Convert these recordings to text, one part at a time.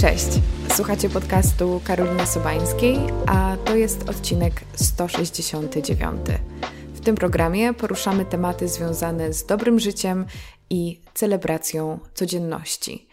Cześć, słuchacie podcastu Karoliny Sobańskiej, a to jest odcinek 169. W tym programie poruszamy tematy związane z dobrym życiem i celebracją codzienności.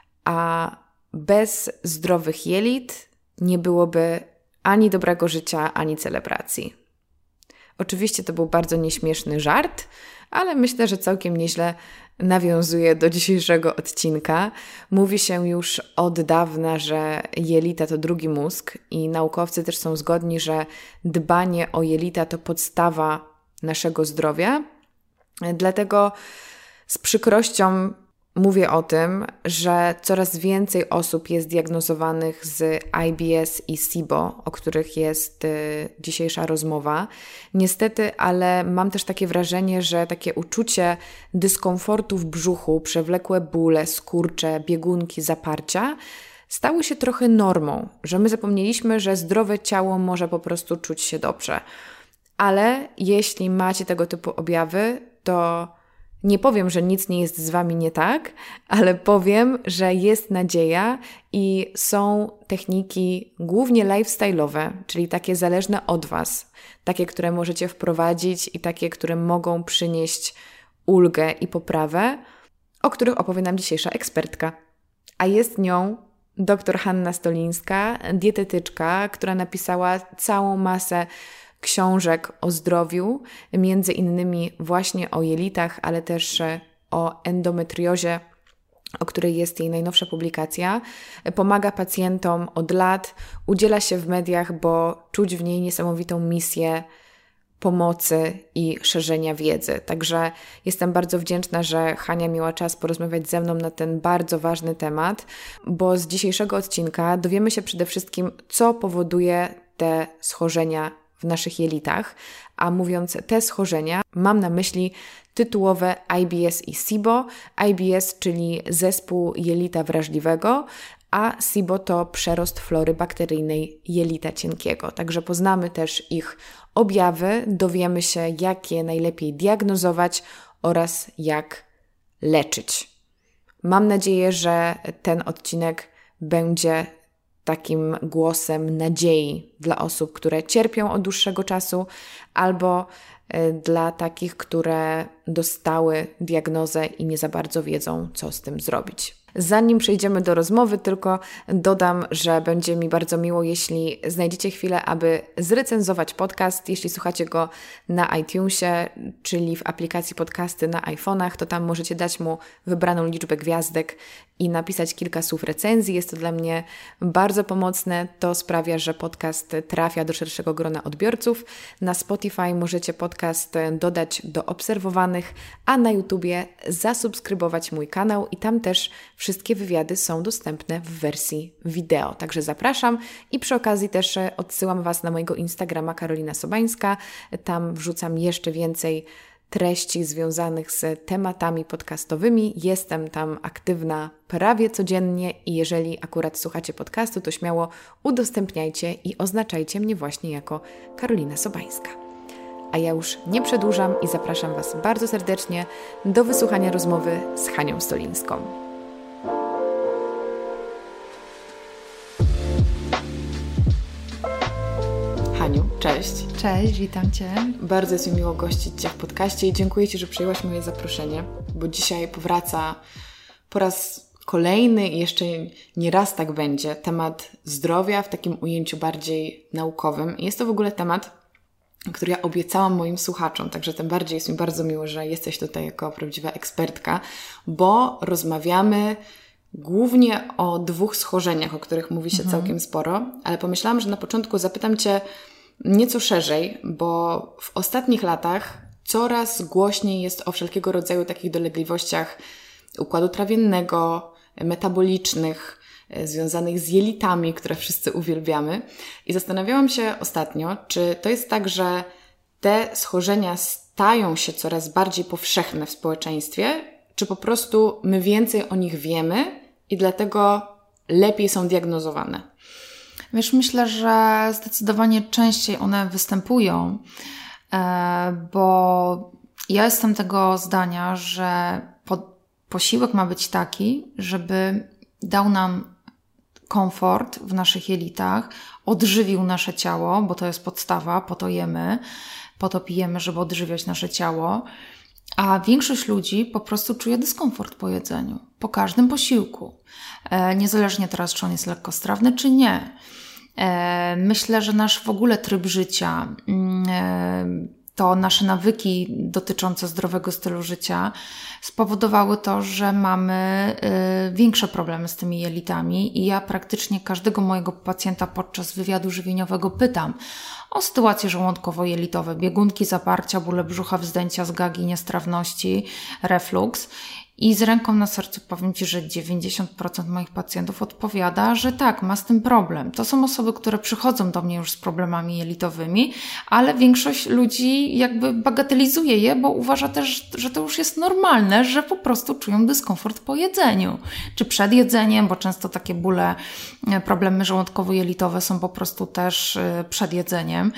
A bez zdrowych jelit nie byłoby ani dobrego życia, ani celebracji. Oczywiście to był bardzo nieśmieszny żart, ale myślę, że całkiem nieźle nawiązuje do dzisiejszego odcinka. Mówi się już od dawna, że jelita to drugi mózg i naukowcy też są zgodni, że dbanie o jelita to podstawa naszego zdrowia. Dlatego z przykrością mówię o tym, że coraz więcej osób jest diagnozowanych z IBS i SIBO, o których jest dzisiejsza rozmowa. Niestety, ale mam też takie wrażenie, że takie uczucie dyskomfortu w brzuchu, przewlekłe bóle, skurcze, biegunki, zaparcia stały się trochę normą, że my zapomnieliśmy, że zdrowe ciało może po prostu czuć się dobrze. Ale jeśli macie tego typu objawy, to nie powiem, że nic nie jest z Wami nie tak, ale powiem, że jest nadzieja i są techniki głównie lifestyle'owe, czyli takie zależne od Was, takie, które możecie wprowadzić i takie, które mogą przynieść ulgę i poprawę, o których opowie nam dzisiejsza ekspertka. A jest nią dr Hanna Stolińska, dietetyczka, która napisała całą masę książek o zdrowiu, między innymi właśnie o jelitach, ale też o endometriozie, o której jest jej najnowsza publikacja. Pomaga pacjentom od lat, udziela się w mediach, bo czuć w niej niesamowitą misję pomocy i szerzenia wiedzy. Także jestem bardzo wdzięczna, że Hania miała czas porozmawiać ze mną na ten bardzo ważny temat, bo z dzisiejszego odcinka dowiemy się przede wszystkim, co powoduje te schorzenia w naszych jelitach, a mówiąc te schorzenia, mam na myśli tytułowe IBS i SIBO. IBS, czyli zespół jelita wrażliwego, a SIBO to przerost flory bakteryjnej jelita cienkiego. Także poznamy też ich objawy, dowiemy się, jak je najlepiej diagnozować oraz jak leczyć. Mam nadzieję, że ten odcinek będzie takim głosem nadziei dla osób, które cierpią od dłuższego czasu, albo dla takich, które dostały diagnozę i nie za bardzo wiedzą, co z tym zrobić. Zanim przejdziemy do rozmowy, tylko dodam, że będzie mi bardzo miło, jeśli znajdziecie chwilę, aby zrecenzować podcast. Jeśli słuchacie go na iTunesie, czyli w aplikacji podcasty na iPhone'ach, to tam możecie dać mu wybraną liczbę gwiazdek i napisać kilka słów recenzji. Jest to dla mnie bardzo pomocne. To sprawia, że podcast trafia do szerszego grona odbiorców. Na Spotify możecie podcast dodać do obserwowanych, a na YouTubie zasubskrybować mój kanał i tam też wszystkie wywiady są dostępne w wersji wideo. Także zapraszam i przy okazji też odsyłam Was na mojego Instagrama Karolina Sobańska. Tam wrzucam jeszcze więcej treści związanych z tematami podcastowymi. Jestem tam aktywna prawie codziennie i jeżeli akurat słuchacie podcastu, to śmiało udostępniajcie i oznaczajcie mnie właśnie jako Karolina Sobańska. A ja już nie przedłużam i zapraszam Was bardzo serdecznie do wysłuchania rozmowy z Hanią Stolińską. Haniu, cześć. Cześć, witam Cię. Bardzo jest mi miło gościć Cię w podcaście i dziękuję Ci, że przyjęłaś moje zaproszenie, bo dzisiaj powraca po raz kolejny i jeszcze nie raz tak będzie temat zdrowia w takim ujęciu bardziej naukowym. I jest to w ogóle temat, który ja obiecałam moim słuchaczom, także tym bardziej jest mi bardzo miło, że jesteś tutaj jako prawdziwa ekspertka, bo rozmawiamy głównie o dwóch schorzeniach, o których mówi się całkiem sporo, ale pomyślałam, że na początku zapytam Cię nieco szerzej, bo w ostatnich latach coraz głośniej jest o wszelkiego rodzaju takich dolegliwościach układu trawiennego, metabolicznych, związanych z jelitami, które wszyscy uwielbiamy. I zastanawiałam się ostatnio, czy to jest tak, że te schorzenia stają się coraz bardziej powszechne w społeczeństwie, czy po prostu my więcej o nich wiemy i dlatego lepiej są diagnozowane? Wiesz, myślę, że zdecydowanie częściej one występują, bo ja jestem tego zdania, że posiłek ma być taki, żeby dał nam komfort w naszych jelitach, odżywił nasze ciało, bo to jest podstawa, po to jemy, po to pijemy, żeby odżywiać nasze ciało. A większość ludzi po prostu czuje dyskomfort po jedzeniu, po każdym posiłku. Niezależnie teraz, czy on jest lekkostrawny, czy nie. Myślę, że nasz w ogóle tryb życia, to nasze nawyki dotyczące zdrowego stylu życia spowodowały to, że mamy większe problemy z tymi jelitami i ja praktycznie każdego mojego pacjenta podczas wywiadu żywieniowego pytam o sytuacje żołądkowo-jelitowe, biegunki, zaparcia, bóle brzucha, wzdęcia, zgagi, niestrawności, refluks. I z ręką na sercu powiem Ci, że 90% moich pacjentów odpowiada, że tak, ma z tym problem. To są osoby, które przychodzą do mnie już z problemami jelitowymi, ale większość ludzi jakby bagatelizuje je, bo uważa też, że to już jest normalne, że po prostu czują dyskomfort po jedzeniu. Czy przed jedzeniem, bo często takie bóle, problemy żołądkowo-jelitowe są po prostu też przed jedzeniem.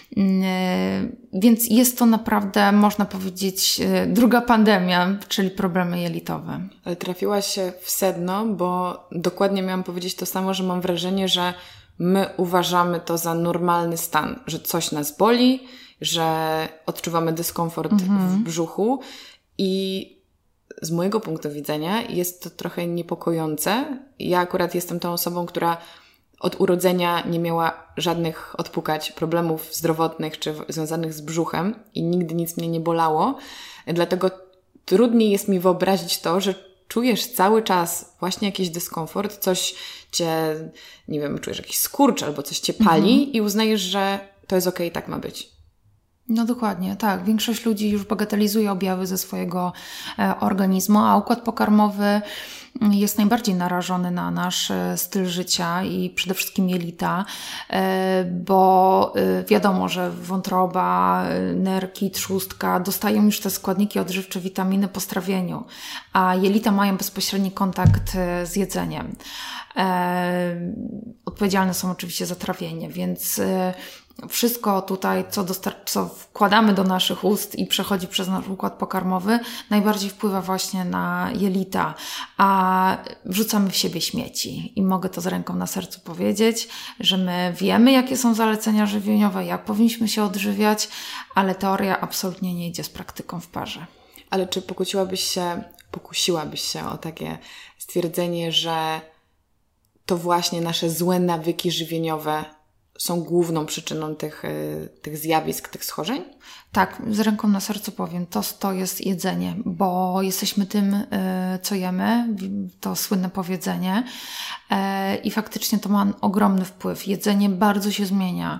Więc jest to naprawdę, można powiedzieć, druga pandemia, czyli problemy jelitowe. Ale trafiłaś się w sedno, bo dokładnie miałam powiedzieć to samo, że mam wrażenie, że my uważamy to za normalny stan, że coś nas boli, że odczuwamy dyskomfort w brzuchu i z mojego punktu widzenia jest to trochę niepokojące. Ja akurat jestem tą osobą, która od urodzenia nie miała żadnych problemów zdrowotnych czy związanych z brzuchem i nigdy nic mnie nie bolało. Dlatego trudniej jest mi wyobrazić to, że czujesz cały czas właśnie jakiś dyskomfort, coś Cię, nie wiem, czujesz jakiś skurcz albo coś Cię pali i uznajesz, że to jest okej, tak ma być. No dokładnie, tak. Większość ludzi już bagatelizuje objawy ze swojego organizmu, a układ pokarmowy jest najbardziej narażony na nasz styl życia i przede wszystkim jelita, bo wiadomo, że wątroba, nerki, trzustka dostają już te składniki odżywcze, witaminy po strawieniu, a jelita mają bezpośredni kontakt z jedzeniem. Odpowiedzialne są oczywiście za trawienie, więc wszystko tutaj, co wkładamy do naszych ust i przechodzi przez nasz układ pokarmowy, najbardziej wpływa właśnie na jelita, a wrzucamy w siebie śmieci. I mogę to z ręką na sercu powiedzieć, że my wiemy, jakie są zalecenia żywieniowe, jak powinniśmy się odżywiać, ale teoria absolutnie nie idzie z praktyką w parze. Ale czy pokusiłabyś się o takie stwierdzenie, że to właśnie nasze złe nawyki żywieniowe są główną przyczyną tych zjawisk, tych schorzeń? Tak, z ręką na sercu powiem, to jest jedzenie, bo jesteśmy tym, co jemy, to słynne powiedzenie i faktycznie to ma ogromny wpływ. Jedzenie bardzo się zmienia.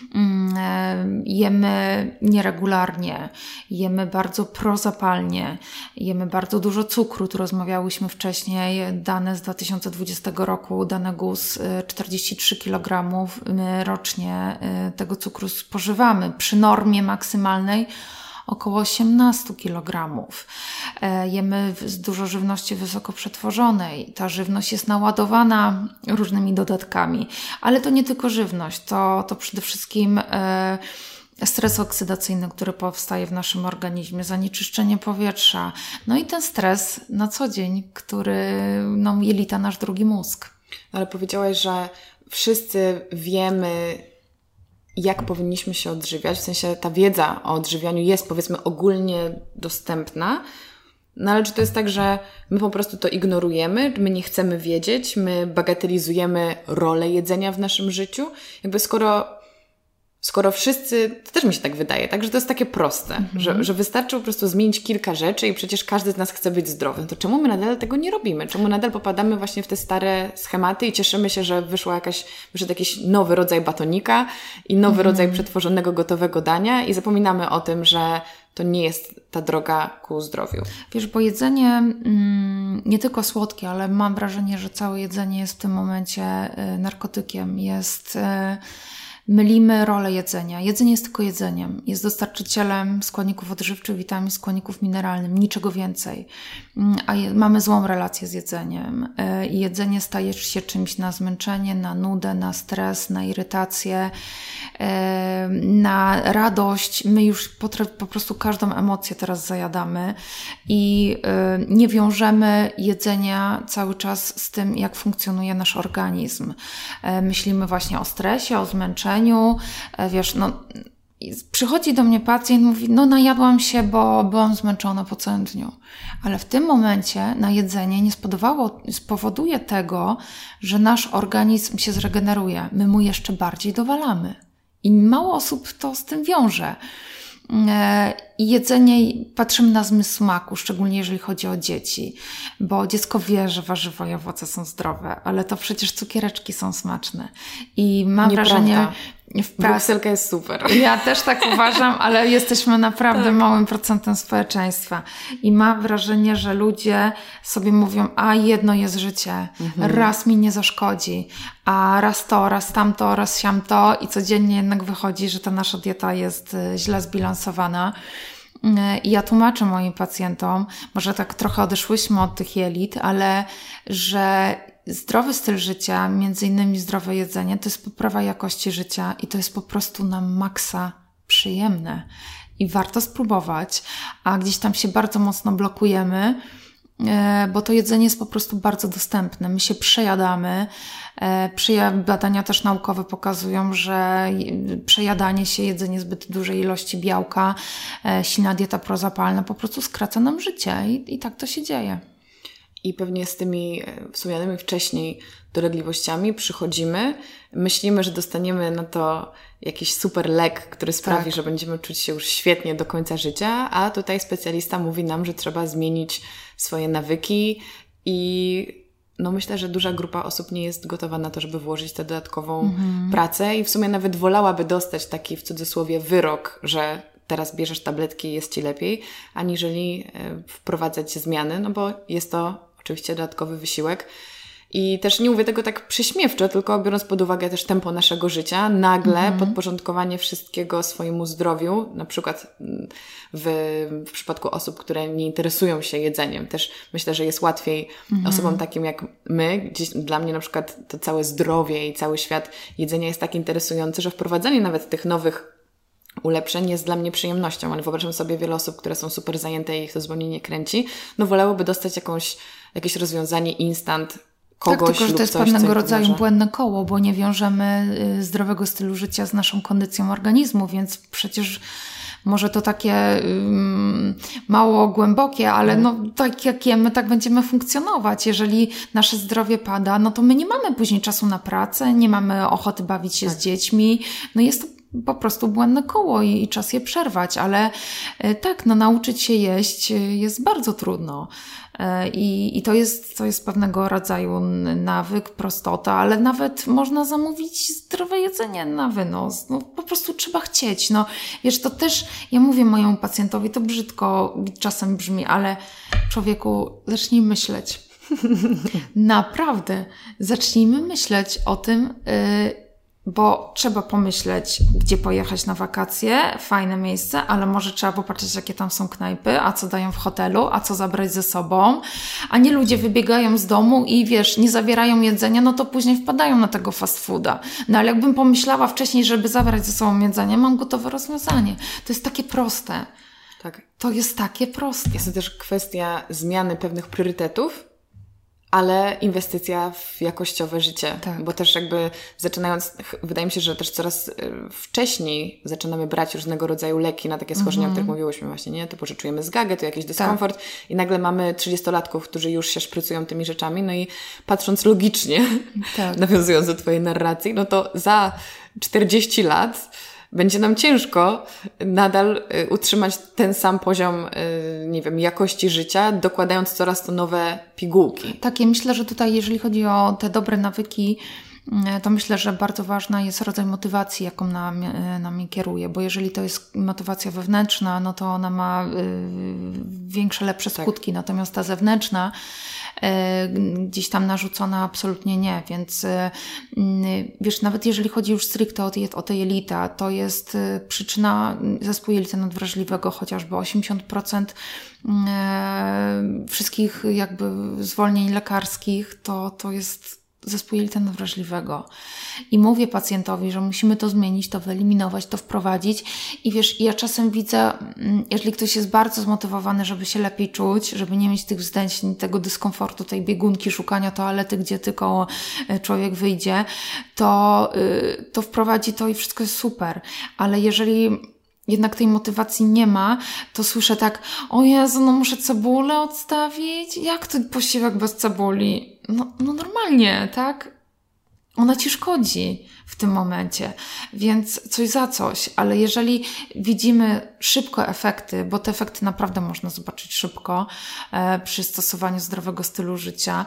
Jemy nieregularnie, jemy bardzo prozapalnie, jemy bardzo dużo cukru. Tu rozmawiałyśmy wcześniej, dane z 2020 roku, dane GUS, 43 kg my rocznie tego cukru spożywamy. Przy normie maksymalnej około 18 kg. Jemy dużo żywności wysoko przetworzonej. Ta żywność jest naładowana różnymi dodatkami, ale to nie tylko żywność, to przede wszystkim stres oksydacyjny, który powstaje w naszym organizmie, zanieczyszczenie powietrza, no i ten stres na co dzień, który jelita nasz drugi mózg. Ale powiedziałaś, że wszyscy wiemy, jak powinniśmy się odżywiać, w sensie ta wiedza o odżywianiu jest, powiedzmy, ogólnie dostępna, no ale czy to jest tak, że my po prostu to ignorujemy, my nie chcemy wiedzieć, my bagatelizujemy rolę jedzenia w naszym życiu? Jakby skoro wszyscy, to też mi się tak wydaje, tak, że to jest takie proste, że wystarczy po prostu zmienić kilka rzeczy i przecież każdy z nas chce być zdrowy. No to czemu my nadal tego nie robimy? Czemu nadal popadamy właśnie w te stare schematy i cieszymy się, że wyszedł jakiś nowy rodzaj batonika i nowy rodzaj przetworzonego, gotowego dania i zapominamy o tym, że to nie jest ta droga ku zdrowiu. Wiesz, bo jedzenie nie tylko słodkie, ale mam wrażenie, że całe jedzenie jest w tym momencie narkotykiem. Mylimy rolę jedzenia. Jedzenie jest tylko jedzeniem. Jest dostarczycielem składników odżywczych, witamin, składników mineralnych, niczego więcej. A mamy złą relację z jedzeniem. I jedzenie staje się czymś na zmęczenie, na nudę, na stres, na irytację. na radość. My już po prostu każdą emocję teraz zajadamy i nie wiążemy jedzenia cały czas z tym, jak funkcjonuje nasz organizm. Myślimy właśnie o stresie, o zmęczeniu. Wiesz, przychodzi do mnie pacjent i mówi, najadłam się, bo byłam zmęczona po całym dniu. Ale w tym momencie na jedzenie nie spowoduje tego, że nasz organizm się zregeneruje. My mu jeszcze bardziej dowalamy. I mało osób to z tym wiąże. I jedzenie, patrzymy na zmysł smaku, szczególnie jeżeli chodzi o dzieci, bo dziecko wie, że warzywa i owoce są zdrowe, ale to przecież cukiereczki są smaczne. I mam wrażenie... Brukselka jest super. Ja też tak uważam, ale jesteśmy naprawdę małym procentem społeczeństwa. I mam wrażenie, że ludzie sobie mówią, jedno jest życie, raz mi nie zaszkodzi, a raz to, raz tamto, raz siamto i codziennie jednak wychodzi, że ta nasza dieta jest źle zbilansowana. I ja tłumaczę moim pacjentom, może tak trochę odeszłyśmy od tych jelit, ale że zdrowy styl życia, między innymi zdrowe jedzenie, to jest poprawa jakości życia i to jest po prostu na maksa przyjemne. I warto spróbować, a gdzieś tam się bardzo mocno blokujemy, bo to jedzenie jest po prostu bardzo dostępne. My się przejadamy. Badania też naukowe pokazują, że przejadanie się, jedzenie zbyt dużej ilości białka, silna dieta prozapalna po prostu skraca nam życie i tak to się dzieje. I pewnie z tymi wspomnianymi wcześniej dolegliwościami przychodzimy, myślimy, że dostaniemy na to jakiś super lek, który sprawi, że będziemy czuć się już świetnie do końca życia, a tutaj specjalista mówi nam, że trzeba zmienić swoje nawyki i myślę, że duża grupa osób nie jest gotowa na to, żeby włożyć tę dodatkową pracę i w sumie nawet wolałaby dostać taki w cudzysłowie wyrok, że teraz bierzesz tabletki i jest Ci lepiej, aniżeli wprowadzać zmiany, bo jest to oczywiście dodatkowy wysiłek. I też nie mówię tego tak przyśmiewczo, tylko biorąc pod uwagę też tempo naszego życia, nagle podporządkowanie wszystkiego swojemu zdrowiu, na przykład w przypadku osób, które nie interesują się jedzeniem. Też myślę, że jest łatwiej osobom takim jak my. Gdzieś dla mnie na przykład to całe zdrowie i cały świat jedzenia jest tak interesujący, że wprowadzanie nawet tych nowych ulepszeń jest dla mnie przyjemnością, ale wyobrażam sobie wiele osób, które są super zajęte i ich to zupełnie nie kręci, wolałyby dostać jakieś rozwiązanie instant kogoś tylko, że lub to jest coś, pewnego rodzaju błędne koło, bo nie wiążemy zdrowego stylu życia z naszą kondycją organizmu, więc przecież może to takie mało głębokie, ale tak jak jemy, tak będziemy funkcjonować. Jeżeli nasze zdrowie pada, to my nie mamy później czasu na pracę, nie mamy ochoty bawić się z dziećmi. Jest to po prostu błędne koło i czas je przerwać, ale nauczyć się jeść jest bardzo trudno. I to jest pewnego rodzaju nawyk, prostota, ale nawet można zamówić zdrowe jedzenie na wynos. Po prostu trzeba chcieć. Wiesz, to też, ja mówię mojemu pacjentowi, to brzydko czasem brzmi, ale człowieku, zacznij myśleć. Naprawdę, zacznijmy myśleć o tym, bo trzeba pomyśleć, gdzie pojechać na wakacje, fajne miejsce, ale może trzeba popatrzeć, jakie tam są knajpy, a co dają w hotelu, a co zabrać ze sobą, a nie ludzie wybiegają z domu i wiesz, nie zabierają jedzenia, to później wpadają na tego fast fooda. Ale jakbym pomyślała wcześniej, żeby zabrać ze sobą jedzenie, mam gotowe rozwiązanie. To jest takie proste. Tak. To jest takie proste. Jest to też kwestia zmiany pewnych priorytetów, ale inwestycja w jakościowe życie. Bo też zaczynając, wydaje mi się, że też coraz wcześniej zaczynamy brać różnego rodzaju leki na takie schorzenia, o których mówiłyśmy właśnie, nie? Typu, że czujemy zgagę, to jakiś dyskomfort i nagle mamy 30-latków, którzy już się szprycują tymi rzeczami, i patrząc logicznie, nawiązując do Twojej narracji, to za 40 lat będzie nam ciężko nadal utrzymać ten sam poziom, jakości życia, dokładając coraz to nowe pigułki. Tak, ja myślę, że tutaj, jeżeli chodzi o te dobre nawyki, to myślę, że bardzo ważna jest rodzaj motywacji, jaką nami kieruje, bo jeżeli to jest motywacja wewnętrzna, to ona ma większe, lepsze skutki, natomiast ta zewnętrzna, gdzieś tam narzucona, absolutnie nie, więc wiesz, nawet jeżeli chodzi już stricte o te jelita, to jest przyczyna zespołu jelita nadwrażliwego, chociażby 80% wszystkich zwolnień lekarskich to jest zespół jelita nadwrażliwego. I mówię pacjentowi, że musimy to zmienić, to wyeliminować, to wprowadzić. I wiesz, ja czasem widzę, jeżeli ktoś jest bardzo zmotywowany, żeby się lepiej czuć, żeby nie mieć tych wzdęć, tego dyskomfortu, tej biegunki, szukania toalety, gdzie tylko człowiek wyjdzie, to wprowadzi to i wszystko jest super. Ale jeżeli jednak tej motywacji nie ma, to słyszę tak, o Jezu, no muszę cebulę odstawić? Jak to posiłek bez cebuli? No normalnie, tak? Ona ci szkodzi w tym momencie, więc coś za coś, ale jeżeli widzimy szybko efekty, bo te efekty naprawdę można zobaczyć szybko przy stosowaniu zdrowego stylu życia,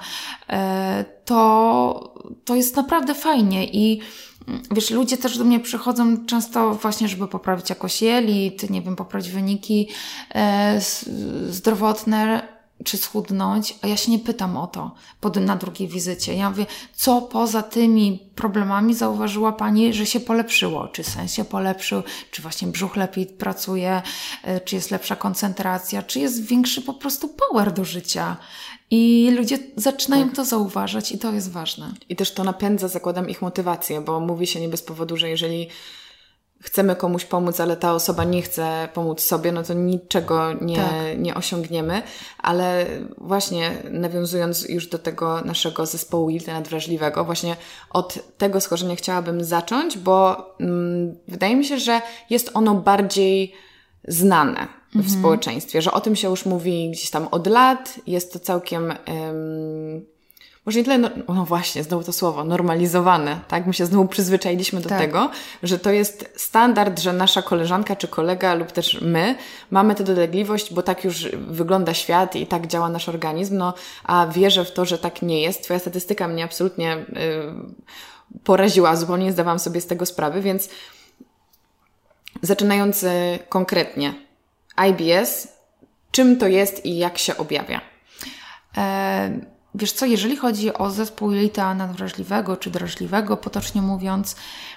to jest naprawdę fajnie i wiesz, ludzie też do mnie przychodzą często właśnie, żeby poprawić jakość jelit, nie wiem, poprawić wyniki zdrowotne, czy schudnąć, a ja się nie pytam o to na drugiej wizycie. Ja mówię, co poza tymi problemami zauważyła Pani, że się polepszyło? Czy sen się polepszył? Czy właśnie brzuch lepiej pracuje? Czy jest lepsza koncentracja? Czy jest większy po prostu power do życia? I ludzie zaczynają to zauważać i to jest ważne. I też to napędza, zakładam, ich motywację, bo mówi się nie bez powodu, że jeżeli chcemy komuś pomóc, ale ta osoba nie chce pomóc sobie, no to niczego nie osiągniemy. Ale właśnie nawiązując już do tego naszego zespołu jelita nadwrażliwego, właśnie od tego schorzenia chciałabym zacząć, bo wydaje mi się, że jest ono bardziej znane w społeczeństwie, że o tym się już mówi gdzieś tam od lat, jest to całkiem... może nie tyle, no właśnie, znowu to słowo, normalizowane, tak? My się znowu przyzwyczailiśmy do tego, że to jest standard, że nasza koleżanka czy kolega lub też my mamy tę dolegliwość, bo tak już wygląda świat i tak działa nasz organizm, no a wierzę w to, że tak nie jest. Twoja statystyka mnie absolutnie poraziła, zupełnie nie zdawałam sobie z tego sprawy, więc zaczynając konkretnie, IBS, czym to jest i jak się objawia? Wiesz co, jeżeli chodzi o zespół jelita nadwrażliwego czy drażliwego, potocznie mówiąc,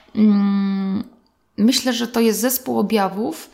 myślę, że to jest zespół objawów,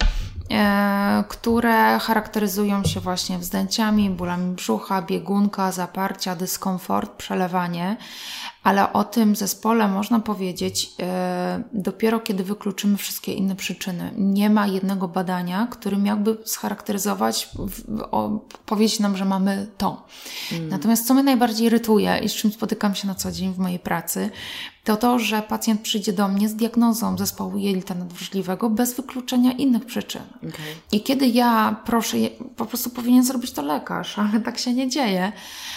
które charakteryzują się właśnie wzdęciami, bólami brzucha, biegunka, zaparcia, dyskomfort, przelewanie, ale o tym zespole można powiedzieć dopiero kiedy wykluczymy wszystkie inne przyczyny. Nie ma jednego badania, który miałby scharakteryzować, powiedzieć nam, że mamy to. Natomiast co mnie najbardziej irytuje i z czym spotykam się na co dzień w mojej pracy, to, że pacjent przyjdzie do mnie z diagnozą zespołu jelita nadwrażliwego bez wykluczenia innych przyczyn. Okay. I kiedy ja proszę, po prostu powinien zrobić to lekarz, ale tak się nie dzieje.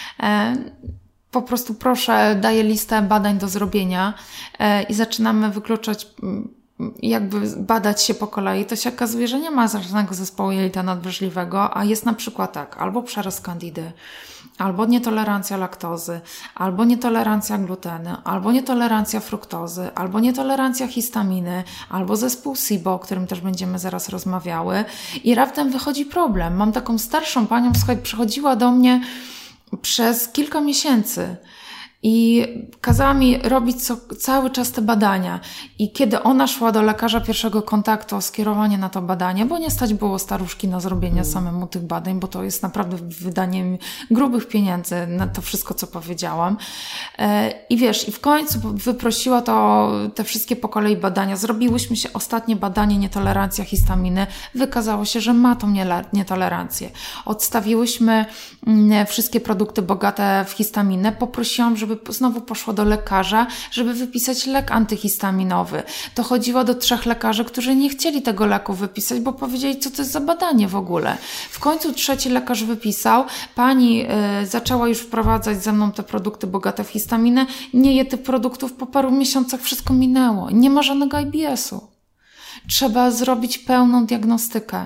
Po prostu proszę, daję listę badań do zrobienia i zaczynamy wykluczać, jakby badać się po kolei, to się okazuje, że nie ma żadnego zespołu jelita nadwrażliwego, a jest na przykład tak, albo przerost kandidy, albo nietolerancja laktozy, albo nietolerancja gluteny, albo nietolerancja fruktozy, albo nietolerancja histaminy, albo zespół SIBO, o którym też będziemy zaraz rozmawiały i raptem wychodzi problem. Mam taką starszą panią, słuchaj, przychodziła do mnie przez kilka miesięcy i kazała mi robić cały czas te badania. I kiedy ona szła do lekarza pierwszego kontaktu o skierowanie na to badanie, bo nie stać było staruszki na zrobienie samemu tych badań, bo to jest naprawdę wydaniem grubych pieniędzy na to wszystko, co powiedziałam. I wiesz, i w końcu wyprosiła te wszystkie po kolei badania. Zrobiłyśmy się ostatnie badanie nietolerancja histaminy. Wykazało się, że ma tą nietolerancję. Odstawiłyśmy wszystkie produkty bogate w histaminę. Poprosiłam, żeby znowu poszło do lekarza, żeby wypisać lek antyhistaminowy. To chodziło do 3 lekarzy, którzy nie chcieli tego leku wypisać, bo powiedzieli, co to jest za badanie w ogóle. W końcu 3 lekarz wypisał, pani zaczęła już wprowadzać ze mną te produkty bogate w histaminę, nie je tych produktów, po paru miesiącach wszystko minęło. Nie ma żadnego IBS-u. Trzeba zrobić pełną diagnostykę.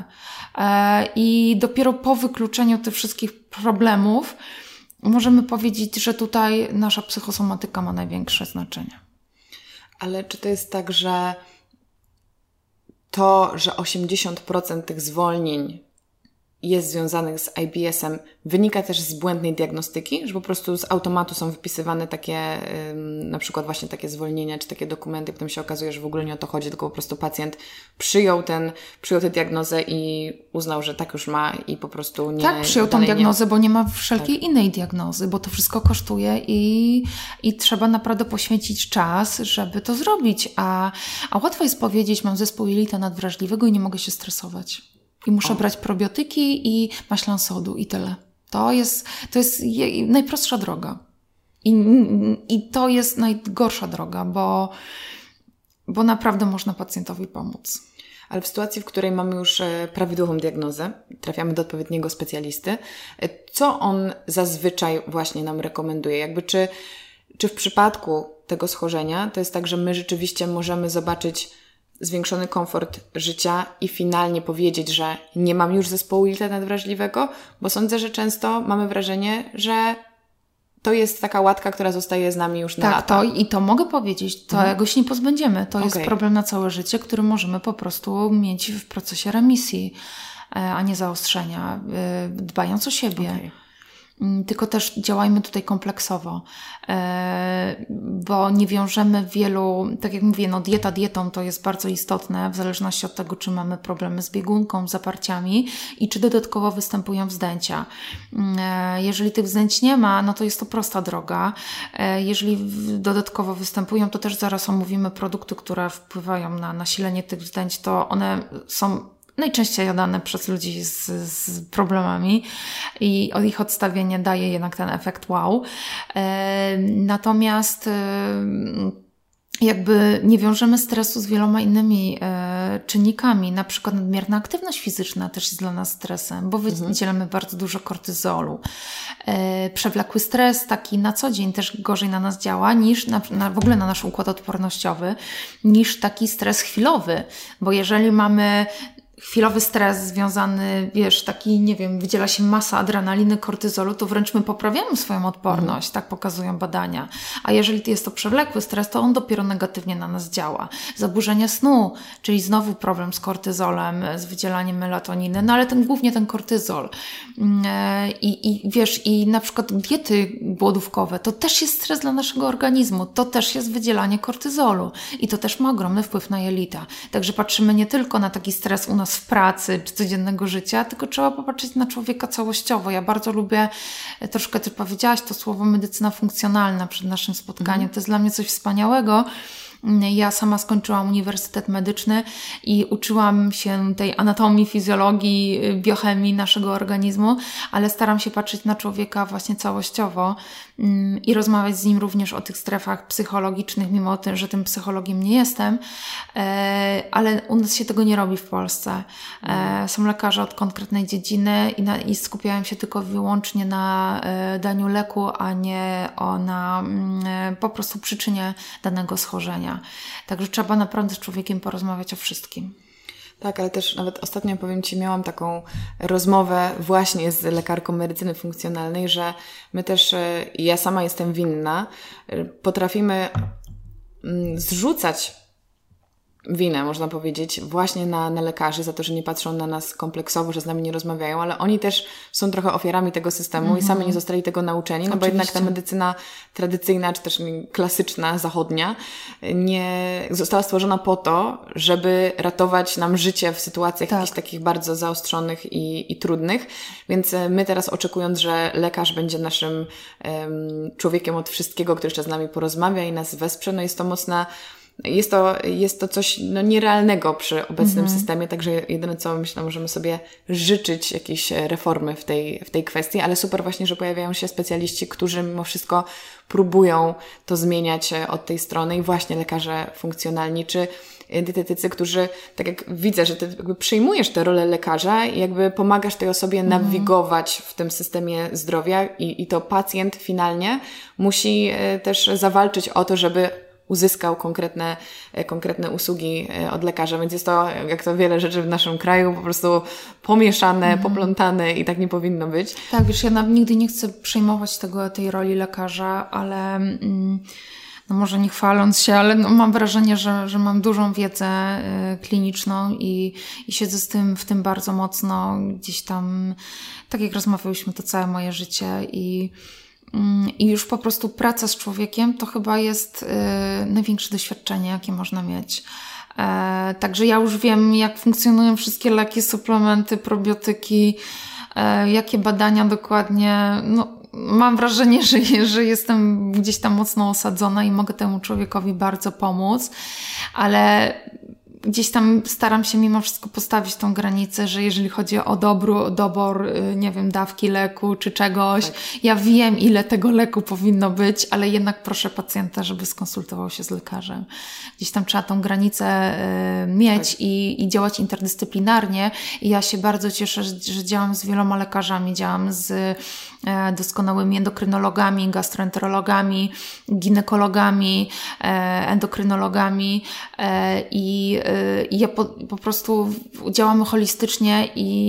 I dopiero po wykluczeniu tych wszystkich problemów możemy powiedzieć, że tutaj nasza psychosomatyka ma największe znaczenie. Ale czy to jest tak, że to, że 80% tych zwolnień jest związanych z IBS-em, wynika też z błędnej diagnostyki, że po prostu z automatu są wypisywane takie, na przykład właśnie takie zwolnienia, czy takie dokumenty, potem się okazuje, że w ogóle nie o to chodzi, tylko po prostu pacjent przyjął tę diagnozę i uznał, że tak już ma i po prostu nie... Tak, przyjął tą diagnozę, bo nie ma wszelkiej innej diagnozy, bo to wszystko kosztuje i trzeba naprawdę poświęcić czas, żeby to zrobić, a łatwo jest powiedzieć, mam zespół jelita nadwrażliwego i nie mogę się stresować. I muszę brać probiotyki i maślan sodu i tyle. To jest najprostsza droga. I to jest najgorsza droga, bo naprawdę można pacjentowi pomóc. Ale w sytuacji, w której mamy już prawidłową diagnozę, trafiamy do odpowiedniego specjalisty, co on zazwyczaj właśnie nam rekomenduje? Jakby czy w przypadku tego schorzenia to jest tak, że my rzeczywiście możemy zobaczyć zwiększony komfort życia i finalnie powiedzieć, że nie mam już zespołu jelita nadwrażliwego, bo sądzę, że często mamy wrażenie, że to jest taka łatka, która zostaje z nami już na lata. Tak, to mogę powiedzieć, tego się nie pozbędziemy. To jest problem na całe życie, który możemy po prostu mieć w procesie remisji, a nie zaostrzenia, dbając o siebie. Okay. Tylko też działajmy tutaj kompleksowo, bo nie wiążemy wielu, tak jak mówię, dieta dietą to jest bardzo istotne, w zależności od tego, czy mamy problemy z biegunką, zaparciami i czy dodatkowo występują wzdęcia. Jeżeli tych wzdęć nie ma, to jest to prosta droga. Jeżeli dodatkowo występują, to też zaraz omówimy produkty, które wpływają na nasilenie tych wzdęć, to one są najczęściej jadane przez ludzi z problemami i ich odstawienie daje jednak ten efekt wow. Natomiast jakby nie wiążemy stresu z wieloma innymi czynnikami. Na przykład nadmierna aktywność fizyczna też jest dla nas stresem, bo wydzielamy bardzo dużo kortyzolu. Przewlekły stres taki na co dzień też gorzej na nas działa niż w ogóle na nasz układ odpornościowy, niż taki stres chwilowy, bo jeżeli mamy chwilowy stres związany, taki, wydziela się masa adrenaliny, kortyzolu, to wręcz my poprawiamy swoją odporność, tak pokazują badania. A jeżeli jest to przewlekły stres, to on dopiero negatywnie na nas działa. Zaburzenia snu, czyli znowu problem z kortyzolem, z wydzielaniem melatoniny, ale głównie ten kortyzol. I na przykład diety głodówkowe, to też jest stres dla naszego organizmu, to też jest wydzielanie kortyzolu i to też ma ogromny wpływ na jelita. Także patrzymy nie tylko na taki stres u nas w pracy czy codziennego życia, tylko trzeba popatrzeć na człowieka całościowo. Ja bardzo lubię, troszkę ty powiedziałaś to słowo medycyna funkcjonalna przed naszym spotkaniem. To jest dla mnie coś wspaniałego. Ja sama skończyłam Uniwersytet Medyczny i uczyłam się tej anatomii, fizjologii, biochemii naszego organizmu, ale staram się patrzeć na człowieka właśnie całościowo i rozmawiać z nim również o tych strefach psychologicznych, mimo tym, że tym psychologiem nie jestem, ale u nas się tego nie robi w Polsce. Są lekarze od konkretnej dziedziny i skupiają się tylko wyłącznie na daniu leku, a nie na po prostu przyczynie danego schorzenia. Także trzeba naprawdę z człowiekiem porozmawiać o wszystkim. Tak, ale też nawet ostatnio, powiem Ci, miałam taką rozmowę właśnie z lekarką medycyny funkcjonalnej, że my też, ja sama jestem winna, potrafimy zrzucać winę, można powiedzieć, właśnie na lekarzy za to, że nie patrzą na nas kompleksowo, że z nami nie rozmawiają, ale oni też są trochę ofiarami tego systemu i sami nie zostali tego nauczeni, bo jednak ta medycyna tradycyjna, czy też klasyczna, zachodnia, nie została stworzona po to, żeby ratować nam życie w sytuacjach jakichś takich bardzo zaostrzonych i trudnych, więc my teraz, oczekując, że lekarz będzie naszym człowiekiem od wszystkiego, który jeszcze z nami porozmawia i nas wesprze, jest to mocna jest to coś nierealnego przy obecnym systemie, także jedyne co myślę, możemy sobie życzyć jakiejś reformy w tej kwestii, ale super właśnie, że pojawiają się specjaliści, którzy mimo wszystko próbują to zmieniać od tej strony i właśnie lekarze funkcjonalni, czy dietetycy, którzy, tak jak widzę, że ty jakby przyjmujesz tę rolę lekarza i jakby pomagasz tej osobie nawigować w tym systemie zdrowia i to pacjent finalnie musi też zawalczyć o to, żeby uzyskał konkretne usługi od lekarza, więc jest to, jak to wiele rzeczy w naszym kraju, po prostu pomieszane, poplątane i tak nie powinno być. Tak, wiesz, ja nigdy nie chcę przejmować tej roli lekarza, ale no może nie chwaląc się, ale no mam wrażenie, że mam dużą wiedzę kliniczną i siedzę w tym bardzo mocno gdzieś tam, tak jak rozmawiałyśmy, to całe moje życie i już po prostu praca z człowiekiem to chyba jest największe doświadczenie, jakie można mieć. Także ja już wiem, jak funkcjonują wszystkie leki, suplementy, probiotyki, jakie badania dokładnie. No, mam wrażenie, że jestem gdzieś tam mocno osadzona i mogę temu człowiekowi bardzo pomóc, ale gdzieś tam staram się mimo wszystko postawić tą granicę, że jeżeli chodzi o dobór, nie wiem, dawki leku czy czegoś, tak. Ja wiem, ile tego leku powinno być, ale jednak proszę pacjenta, żeby skonsultował się z lekarzem. Gdzieś tam trzeba tą granicę mieć tak. i działać interdyscyplinarnie. I ja się bardzo cieszę, że działam z wieloma lekarzami, działam z doskonałymi endokrynologami, gastroenterologami, ginekologami, endokrynologami i ja po prostu działamy holistycznie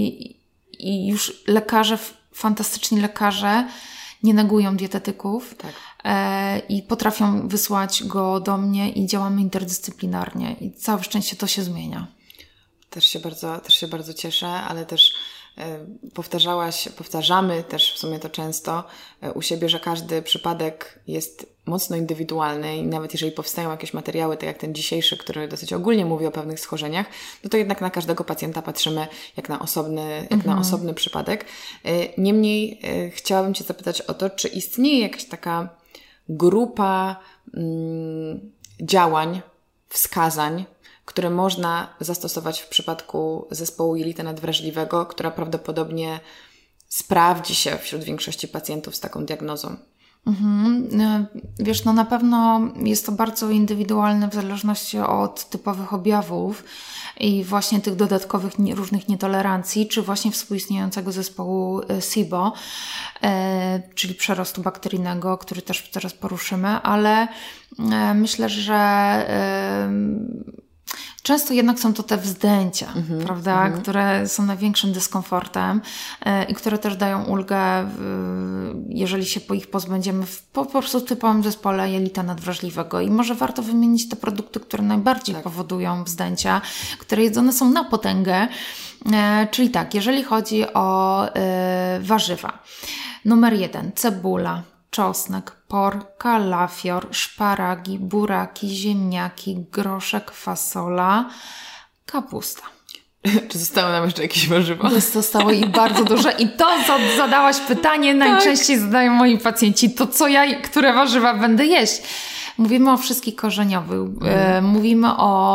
i już fantastyczni lekarze nie negują dietetyków tak. I potrafią wysłać go do mnie i działamy interdyscyplinarnie i całe szczęście to się zmienia. Też się bardzo cieszę, ale też powtarzamy też w sumie to często u siebie, że każdy przypadek jest mocno indywidualny i nawet jeżeli powstają jakieś materiały, tak jak ten dzisiejszy, który dosyć ogólnie mówi o pewnych schorzeniach, no to jednak na każdego pacjenta patrzymy jak na osobny przypadek. Niemniej chciałabym Cię zapytać o to, czy istnieje jakaś taka grupa działań, wskazań, które można zastosować w przypadku zespołu jelita nadwrażliwego, która prawdopodobnie sprawdzi się wśród większości pacjentów z taką diagnozą. Wiesz, no na pewno jest to bardzo indywidualne w zależności od typowych objawów i właśnie tych dodatkowych różnych nietolerancji, czy właśnie współistniejącego zespołu SIBO, czyli przerostu bakteryjnego, który też teraz poruszymy, ale myślę, że często jednak są to te wzdęcia, prawda, które są największym dyskomfortem i które też dają ulgę, jeżeli się po ich pozbędziemy w po prostu typowym zespole jelita nadwrażliwego. I może warto wymienić te produkty, które najbardziej powodują wzdęcia, które jedzone są na potęgę. Czyli tak, jeżeli chodzi o warzywa. Numer 1, cebula, czosnek, por, kalafior, szparagi, buraki, ziemniaki, groszek, fasola, kapusta. Czy zostały nam jeszcze jakieś warzywa? Zostało ich bardzo dużo i to zadałaś pytanie, najczęściej zadają moi pacjenci, to co które warzywa będę jeść? Mówimy o wszystkich korzeniowych. Mówimy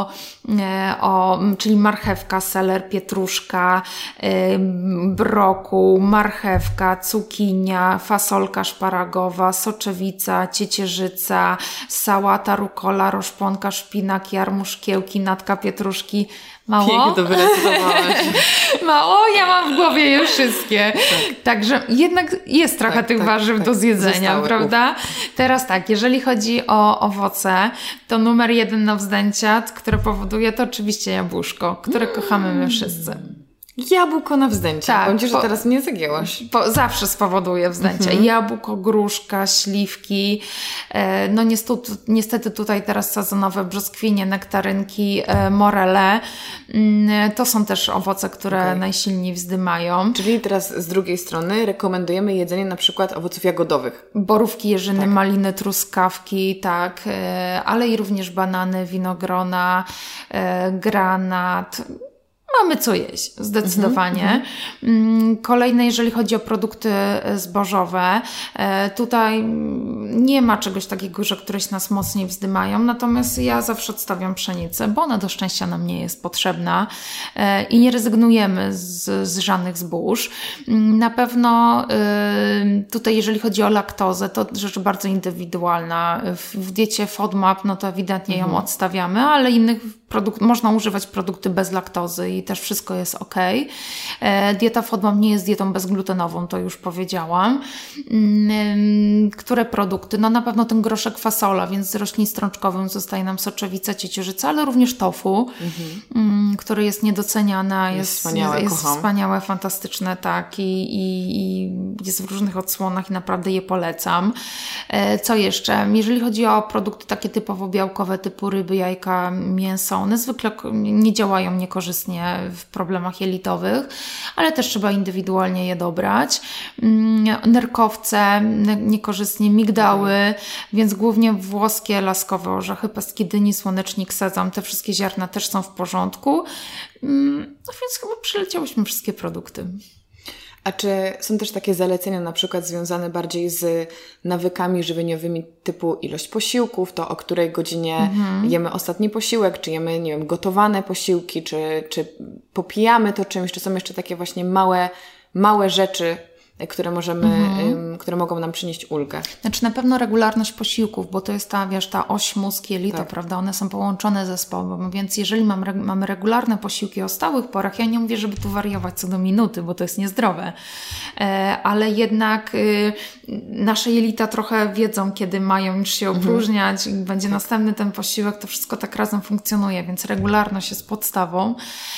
czyli marchewka, seler, pietruszka, brokuł, marchewka, cukinia, fasolka szparagowa, soczewica, ciecierzyca, sałata, rukola, roszponka, szpinak, jarmuż, szkiełki, natka pietruszki. Mało? Pięknie to wyrecytowałaś. Mało? Ja mam w głowie je wszystkie. Tak. Także jednak jest trochę tych warzyw do zjedzenia, prawda? Teraz tak, jeżeli chodzi o owoce, to numer 1 na wzdęcia, które powoduje to oczywiście jabłuszko, które kochamy my wszyscy. Jabłko na wzdęcie. Tak, powiem Ci, że teraz mnie zagięłaś. Zawsze spowoduje wzdęcie. Jabłko, gruszka, śliwki. No niestety tutaj teraz sezonowe brzoskwinie, nektarynki, morele. To są też owoce, które najsilniej wzdymają. Czyli teraz z drugiej strony rekomendujemy jedzenie na przykład owoców jagodowych. Borówki, jeżyny, maliny, truskawki, tak. Ale i również banany, winogrona, granat. Mamy co jeść, zdecydowanie. Kolejne, jeżeli chodzi o produkty zbożowe, tutaj nie ma czegoś takiego, że któreś nas mocniej wzdymają, natomiast ja zawsze odstawiam pszenicę, bo ona do szczęścia nam nie jest potrzebna i nie rezygnujemy z żadnych zbóż. Na pewno tutaj, jeżeli chodzi o laktozę, to rzecz bardzo indywidualna. W diecie FODMAP, no to ewidentnie ją odstawiamy, ale innych można używać produkty bez laktozy i też wszystko jest ok. Dieta FODMAP nie jest dietą bezglutenową, to już powiedziałam. Które produkty? No na pewno ten groszek fasola, więc z roślin strączkowym zostaje nam soczewica, ciecierzyca, ale również tofu. które jest niedoceniane, jest wspaniałe, jest wspaniałe, fantastyczne, tak, i jest w różnych odsłonach i naprawdę je polecam. Co jeszcze? Jeżeli chodzi o produkty takie typowo białkowe, typu ryby, jajka, mięso, one zwykle nie działają niekorzystnie w problemach jelitowych, ale też trzeba indywidualnie je dobrać. Nerkowce niekorzystnie, migdały, więc głównie włoskie, laskowe orzechy, pestki dyni, słonecznik, sezam, te wszystkie ziarna też są w porządku. No więc chyba przeleciałyśmy wszystkie produkty. A czy są też takie zalecenia na przykład związane bardziej z nawykami żywieniowymi typu ilość posiłków, to o której godzinie jemy ostatni posiłek, czy jemy, nie wiem, gotowane posiłki, czy popijamy to czymś, czy są jeszcze takie właśnie małe rzeczy, które mogą nam przynieść ulgę. Znaczy na pewno regularność posiłków, bo to jest ta oś mózg jelito, tak, prawda? One są połączone ze sobą, więc jeżeli mamy regularne posiłki o stałych porach, ja nie mówię, żeby tu wariować co do minuty, bo to jest niezdrowe, ale jednak nasze jelita trochę wiedzą, kiedy mają już się opróżniać, będzie następny ten posiłek, to wszystko tak razem funkcjonuje, więc regularność jest podstawą.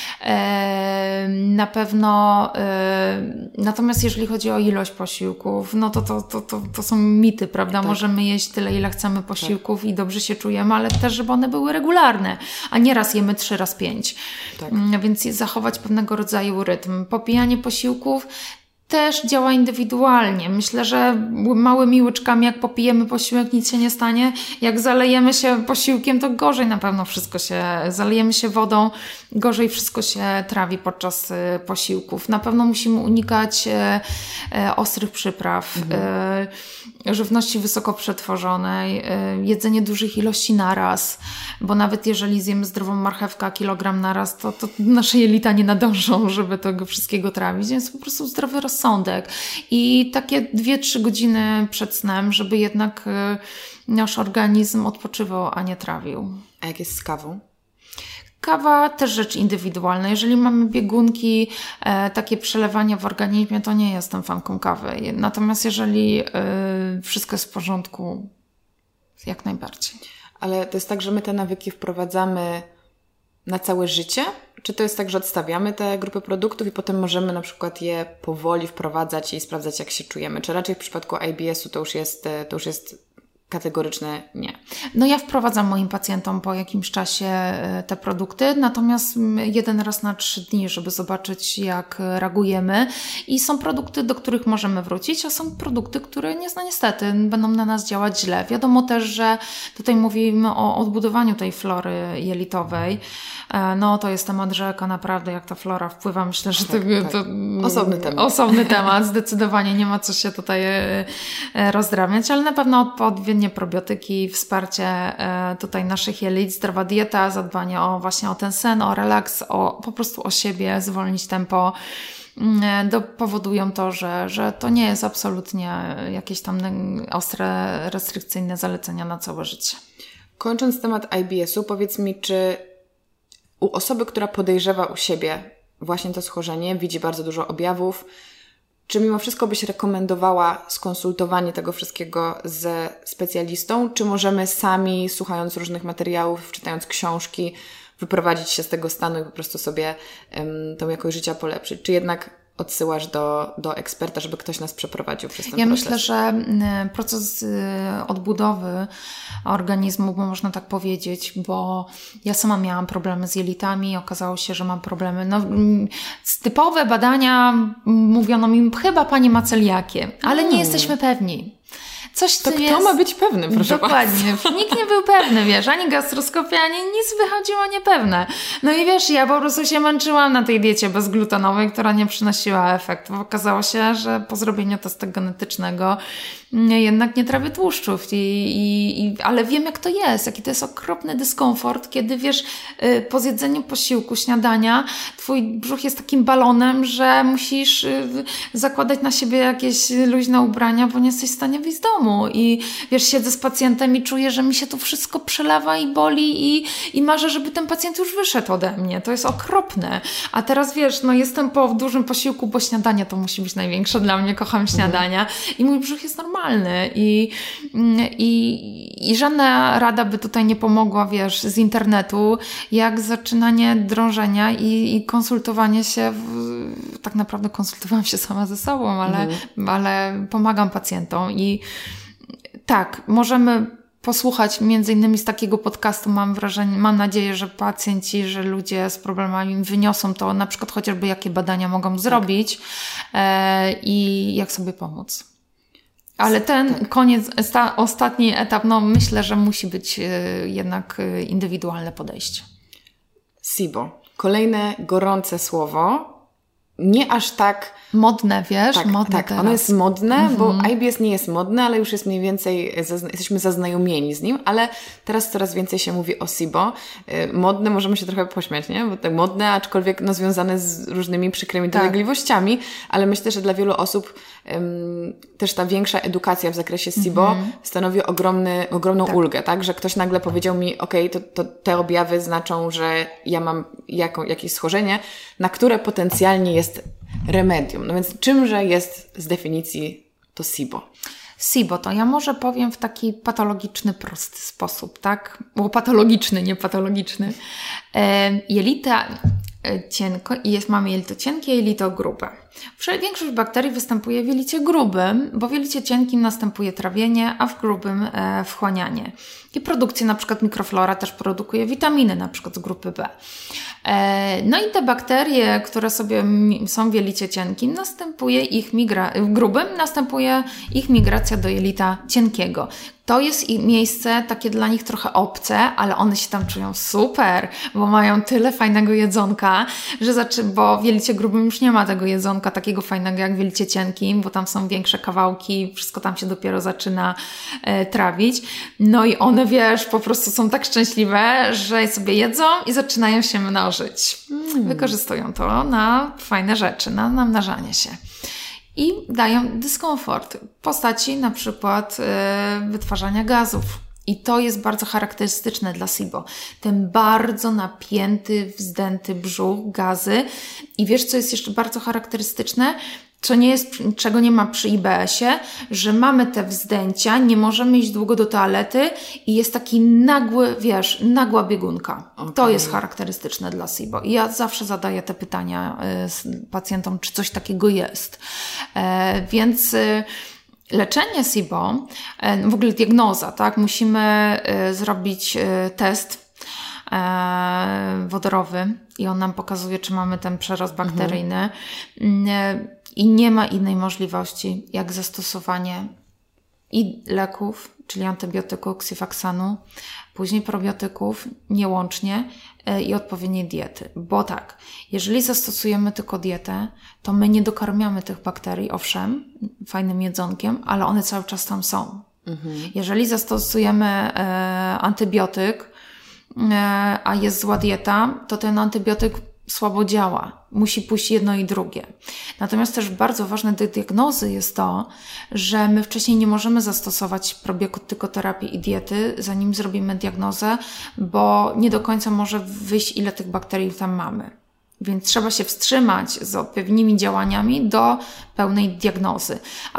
Na pewno natomiast jeżeli chodzi o ilość posiłków, no to są mity, prawda? Tak. Możemy jeść tyle, ile chcemy posiłków i dobrze się czujemy, ale też, żeby one były regularne, a nie raz jemy 3, raz 5. Tak. Więc zachować pewnego rodzaju rytm. Popijanie posiłków też działa indywidualnie. Myślę, że małymi łyczkami, jak popijemy posiłek, nic się nie stanie. Jak zalejemy się posiłkiem, to gorzej na pewno zalejemy się wodą, gorzej wszystko się trawi podczas posiłków. Na pewno musimy unikać ostrych przypraw, żywności wysoko przetworzonej, jedzenie dużych ilości naraz, bo nawet jeżeli zjemy zdrową marchewkę, kilogram naraz, to nasze jelita nie nadążą, żeby tego wszystkiego trawić, więc po prostu zdrowy rozsądek i takie 2-3 godziny przed snem, żeby jednak nasz organizm odpoczywał, a nie trawił. A jak jest z kawą? Kawa też rzecz indywidualna. Jeżeli mamy biegunki, takie przelewania w organizmie, to nie jestem fanką kawy. Natomiast jeżeli wszystko jest w porządku, jak najbardziej. Ale to jest tak, że my te nawyki wprowadzamy na całe życie? Czy to jest tak, że odstawiamy te grupy produktów i potem możemy na przykład je powoli wprowadzać i sprawdzać, jak się czujemy? Czy raczej w przypadku IBS-u to już jest kategoryczne nie? No ja wprowadzam moim pacjentom po jakimś czasie te produkty, natomiast 1 raz na 3 dni, żeby zobaczyć, jak reagujemy. I są produkty, do których możemy wrócić, a są produkty, które niestety będą na nas działać źle. Wiadomo też, że tutaj mówimy o odbudowaniu tej flory jelitowej. No to jest temat rzeka, naprawdę, jak ta flora wpływa. Myślę, że tak. to Osobny temat. Zdecydowanie nie ma co się tutaj rozdrabniać, ale na pewno odpowiednie probiotyki, wsparcie tutaj naszych jelit, zdrowa dieta, zadbanie właśnie o ten sen, o relaks, po prostu o siebie, zwolnić tempo, powodują to, że to nie jest absolutnie jakieś tam ostre, restrykcyjne zalecenia na całe życie. Kończąc temat IBS-u, powiedz mi, czy u osoby, która podejrzewa u siebie właśnie to schorzenie, widzi bardzo dużo objawów, czy mimo wszystko byś rekomendowała skonsultowanie tego wszystkiego ze specjalistą? Czy możemy sami, słuchając różnych materiałów, czytając książki, wyprowadzić się z tego stanu i po prostu sobie tą jakość życia polepszyć? Czy jednak odsyłasz do eksperta, żeby ktoś nas przeprowadził przez ten proces? Myślę, że proces odbudowy organizmu, bo można tak powiedzieć, bo ja sama miałam problemy z jelitami, okazało się, że mam problemy. Typowe badania mówiono mi, chyba pani ma celiakię, ale nie jesteśmy pewni. Kto ma być pewny, proszę Dokładnie. Nikt nie był pewny, wiesz, ani gastroskopia, ani nic wychodziło niepewne. No i wiesz, ja po prostu się męczyłam na tej diecie bezglutenowej, która nie przynosiła efektów. Okazało się, że po zrobieniu testu genetycznego jednak nie trawię tłuszczów, ale wiem, jak to jest, jaki to jest okropny dyskomfort, kiedy wiesz, po zjedzeniu posiłku, śniadania, twój brzuch jest takim balonem, że musisz zakładać na siebie jakieś luźne ubrania, bo nie jesteś w stanie wyjść z domu. I wiesz, siedzę z pacjentem i czuję, że mi się tu wszystko przelewa i boli i marzę, żeby ten pacjent już wyszedł ode mnie. To jest okropne. A teraz wiesz, jestem po dużym posiłku, bo śniadanie to musi być największe dla mnie, kocham śniadania i mój brzuch jest normalny. normalny i żadna rada by tutaj nie pomogła, wiesz, z internetu, jak zaczynanie drążenia i konsultowanie się, tak naprawdę konsultowałam się sama ze sobą, ale pomagam pacjentom i tak, możemy posłuchać między innymi z takiego podcastu, mam nadzieję, że pacjenci, że ludzie z problemami wyniosą to, na przykład chociażby jakie badania mogą zrobić i jak sobie pomóc. Ale ten ostatni etap, no myślę, że musi być jednak indywidualne podejście. SIBO. Kolejne gorące słowo. Nie aż tak modne, wiesz? Tak, modne tak. teraz. Ono jest modne, bo IBS nie jest modne, ale już jest mniej więcej, jesteśmy zaznajomieni z nim, ale teraz coraz więcej się mówi o SIBO. Modne, możemy się trochę pośmiać, nie? Bo tak modne, aczkolwiek no, związane z różnymi przykrymi dolegliwościami, ale myślę, że dla wielu osób też ta większa edukacja w zakresie SIBO stanowi ogromną ulgę, tak? Że ktoś nagle powiedział mi, okej, to te objawy znaczą, że ja mam jakieś schorzenie, na które potencjalnie jest remedium. No więc czymże jest z definicji to SIBO? SIBO to ja może powiem w taki patologiczny, prosty sposób, tak? Bo patologiczny, nie patologiczny. Jelita cienko i mamy jelito cienkie i jelito grube. Większość bakterii występuje w jelicie grubym, bo w jelicie cienkim następuje trawienie, a w grubym wchłanianie. I produkcja na przykład mikroflora też produkuje witaminy, na przykład z grupy B. No i te bakterie, które sobie są w jelicie cienkim, w grubym następuje ich migracja do jelita cienkiego. To jest miejsce takie dla nich trochę obce, ale one się tam czują super, bo mają tyle fajnego jedzonka, bo w jelicie grubym już nie ma tego jedzonka takiego fajnego jak w jelicie cienkim, bo tam są większe kawałki, wszystko tam się dopiero zaczyna trawić. No i one, wiesz, po prostu są tak szczęśliwe, że sobie jedzą i zaczynają się mnożyć. Wykorzystują to na fajne rzeczy, na namnażanie się. I dają dyskomfort w postaci na przykład wytwarzania gazów. I to jest bardzo charakterystyczne dla SIBO. Ten bardzo napięty, wzdęty brzuch, gazy. I wiesz, co jest jeszcze bardzo charakterystyczne? Czego nie ma przy IBS-ie, że mamy te wzdęcia, nie możemy iść długo do toalety i jest taki nagła biegunka. Okay. To jest charakterystyczne dla SIBO. I ja zawsze zadaję te pytania pacjentom, czy coś takiego jest. Więc leczenie SIBO, w ogóle diagnoza, tak? Musimy zrobić test wodorowy i on nam pokazuje, czy mamy ten przerost bakteryjny. I nie ma innej możliwości, jak zastosowanie i leków, czyli antybiotyku, ksifaksanu, później probiotyków, niełącznie i odpowiedniej diety. Bo tak, jeżeli zastosujemy tylko dietę, to my nie dokarmiamy tych bakterii, owszem, fajnym jedzonkiem, ale one cały czas tam są. Jeżeli zastosujemy antybiotyk, a jest zła dieta, to ten antybiotyk słabo działa. Musi pójść jedno i drugie. Natomiast też bardzo ważne do diagnozy jest to, że my wcześniej nie możemy zastosować probiotykoterapii i diety, zanim zrobimy diagnozę, bo nie do końca może wyjść, ile tych bakterii tam mamy. Więc trzeba się wstrzymać z odpowiednimi działaniami do pełnej diagnozy.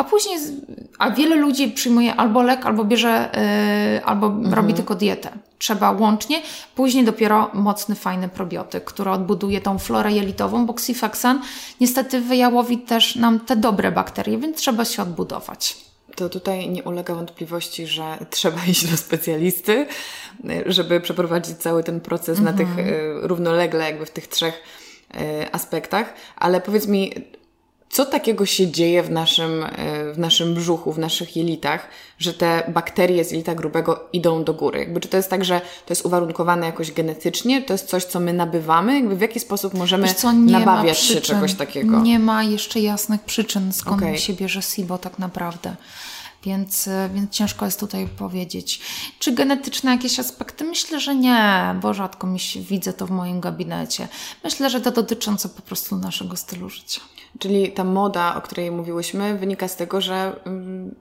A wiele ludzi przyjmuje albo lek, albo bierze, albo robi tylko dietę. Trzeba łącznie, później dopiero mocny, fajny probiotyk, który odbuduje tą florę jelitową, bo ksifaksan niestety wyjałowi też nam te dobre bakterie, więc trzeba się odbudować. To tutaj nie ulega wątpliwości, że trzeba iść do specjalisty, żeby przeprowadzić cały ten proces na tych równolegle, jakby w tych trzech aspektach, ale powiedz mi, co takiego się dzieje w naszym brzuchu, w naszych jelitach, że te bakterie z jelita grubego idą do góry? Jakby, czy to jest tak, że to jest uwarunkowane jakoś genetycznie? To jest coś, co my nabywamy? Jakby w jaki sposób możemy nabawiać się czegoś takiego? Nie ma jeszcze jasnych przyczyn, skąd się bierze SIBO tak naprawdę. Więc ciężko jest tutaj powiedzieć. Czy genetyczne jakieś aspekty? Myślę, że nie, bo rzadko widzę to w moim gabinecie. Myślę, że to dotyczące po prostu naszego stylu życia. Czyli ta moda, o której mówiłyśmy, wynika z tego, że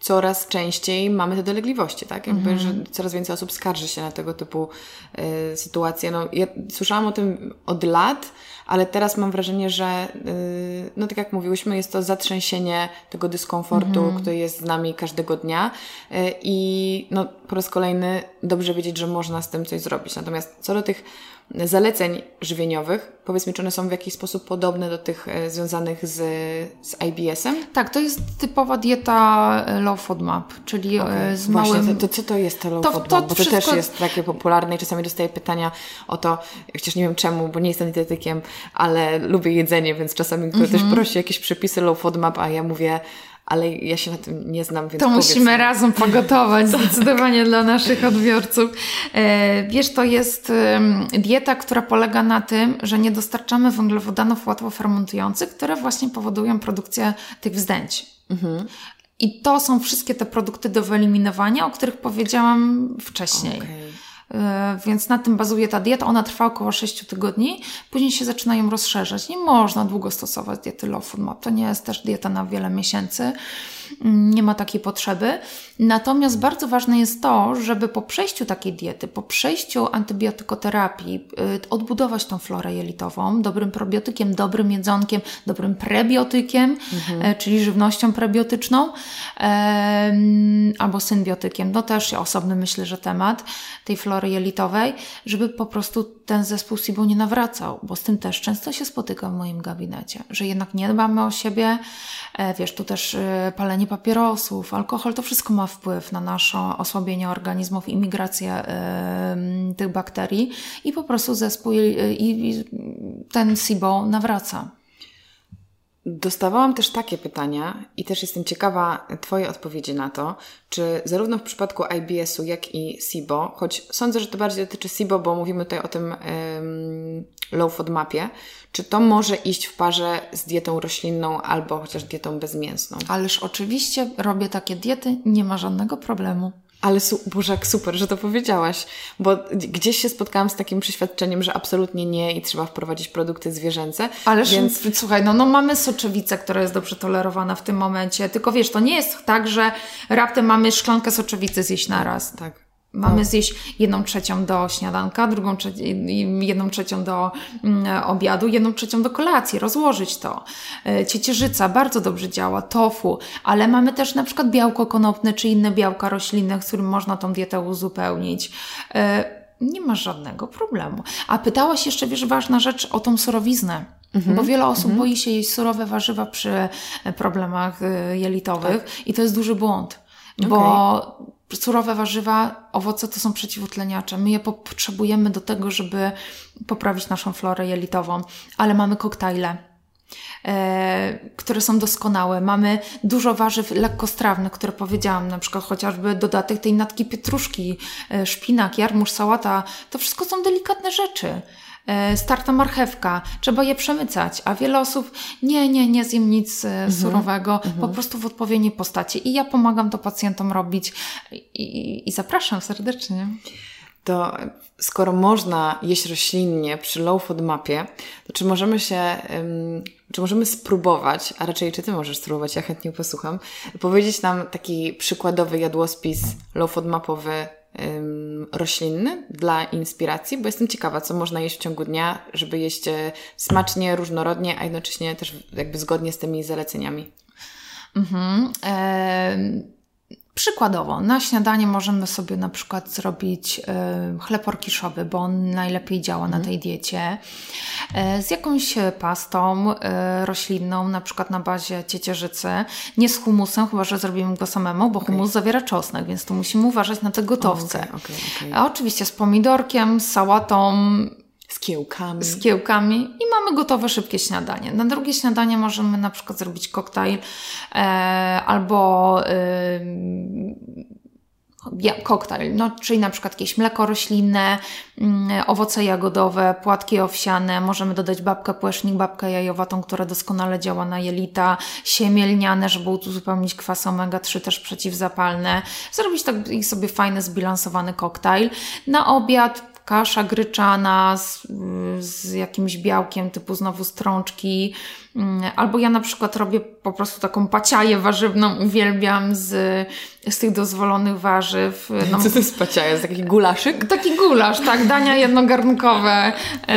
coraz częściej mamy te dolegliwości, tak? Jakby, że coraz więcej osób skarży się na tego typu sytuacje. No, ja słyszałam o tym od lat, ale teraz mam wrażenie, że no tak jak mówiłyśmy, jest to zatrzęsienie tego dyskomfortu, który jest z nami każdego dnia i no po raz kolejny dobrze wiedzieć, że można z tym coś zrobić. Natomiast co do tych zaleceń żywieniowych, powiedz mi, czy one są w jakiś sposób podobne do tych związanych z IBS-em? Tak, to jest typowa dieta Low FODMAP, czyli z Właśnie, małym... to co to jest to Low FODMAP? Bo to też jest takie popularne i czasami dostaję pytania o to, chociaż nie wiem czemu, bo nie jestem dietetykiem, ale lubię jedzenie, więc czasami ktoś prosi jakieś przepisy Low FODMAP, a ja mówię, ale ja się na tym nie znam, więc to musimy mi. razem pogotować zdecydowanie dla naszych odbiorców. Wiesz, to jest dieta, która polega na tym, że nie dostarczamy węglowodanów łatwo fermentujących, które właśnie powodują produkcję tych wzdęć. I to są wszystkie te produkty do wyeliminowania, o których powiedziałam wcześniej. Więc na tym bazuje ta dieta. Ona trwa około 6 tygodni. Później się zaczynają rozszerzać. Nie można długo stosować diety Low FODMAP. To nie jest też dieta na wiele miesięcy. Nie ma takiej potrzeby. Natomiast bardzo ważne jest to, żeby po przejściu takiej diety, po przejściu antybiotykoterapii odbudować tą florę jelitową dobrym probiotykiem, dobrym jedzonkiem, dobrym prebiotykiem, czyli żywnością prebiotyczną albo symbiotykiem. No też osobny myślę, że temat tej flory jelitowej, żeby po prostu ten zespół SIBO nie nawracał, bo z tym też często się spotykam w moim gabinecie, że jednak nie dbamy o siebie. Wiesz, tu też palenie papierosów, alkohol, to wszystko ma wpływ na nasze osłabienie organizmów i migrację tych bakterii i po prostu zespół i ten SIBO nawraca. Dostawałam też takie pytania i też jestem ciekawa Twojej odpowiedzi na to, czy zarówno w przypadku IBS-u, jak i SIBO, choć sądzę, że to bardziej dotyczy SIBO, bo mówimy tutaj o tym Low FODMAPie, czy to może iść w parze z dietą roślinną albo chociaż dietą bezmięsną? Ależ oczywiście robię takie diety, nie ma żadnego problemu. Ale Boże, jak super, że to powiedziałaś, bo gdzieś się spotkałam z takim przeświadczeniem, że absolutnie nie i trzeba wprowadzić produkty zwierzęce. Ależ słuchaj, no mamy soczewicę, która jest dobrze tolerowana w tym momencie, tylko wiesz, to nie jest tak, że raptem mamy szklankę soczewicy zjeść na raz. Tak. Mamy zjeść 1/3 do śniadanka, 1/3 do obiadu, 1/3 do kolacji, rozłożyć to. Ciecierzyca bardzo dobrze działa, tofu, ale mamy też na przykład białko konopne czy inne białka roślinne, z którym można tą dietę uzupełnić. Nie ma żadnego problemu. A pytałaś jeszcze, wiesz, ważna rzecz o tą surowiznę. Bo wiele osób boi się jeść surowe warzywa przy problemach jelitowych i to jest duży błąd. Bo surowe warzywa, owoce to są przeciwutleniacze. My je potrzebujemy do tego, żeby poprawić naszą florę jelitową. Ale mamy koktajle, które są doskonałe. Mamy dużo warzyw lekkostrawnych, które powiedziałam, na przykład chociażby dodatek tej natki pietruszki, szpinak, jarmuż, sałata. To wszystko są delikatne rzeczy. Starta marchewka, trzeba je przemycać, a wiele osób nie zjem nic surowego, po prostu w odpowiedniej postaci. I ja pomagam to pacjentom robić i zapraszam serdecznie. To skoro można jeść roślinnie przy Low FODMAPie, to czy możemy spróbować, a raczej czy Ty możesz spróbować, ja chętnie posłucham, powiedzieć nam taki przykładowy jadłospis Low FODMAPowy roślinny dla inspiracji, bo jestem ciekawa, co można jeść w ciągu dnia, żeby jeść smacznie, różnorodnie, a jednocześnie też jakby zgodnie z tymi zaleceniami. Przykładowo, na śniadanie możemy sobie na przykład zrobić chleb orkiszowy, bo on najlepiej działa na tej diecie, z jakąś pastą roślinną, na przykład na bazie ciecierzycy, nie z humusem, chyba że zrobimy go samemu, bo humus zawiera czosnek, więc tu musimy uważać na te gotowce. A oczywiście z pomidorkiem, z sałatą, z kiełkami i mamy gotowe, szybkie śniadanie. Na drugie śniadanie możemy na przykład zrobić koktajl albo koktajl, czyli na przykład jakieś mleko roślinne, owoce jagodowe, płatki owsiane, możemy dodać babkę płecznik, babkę jajowatą, która doskonale działa na jelita, siemię lniane, żeby uzupełnić kwasy omega-3, też przeciwzapalne. Zrobić taki sobie fajny, zbilansowany koktajl. Na obiad kasza gryczana z jakimś białkiem typu znowu strączki, Albo ja na przykład robię po prostu taką paciaję warzywną, uwielbiam z tych dozwolonych warzyw. No, co to jest paciaja? Jest taki gulaszyk? Taki gulasz, tak, dania jednogarnkowe.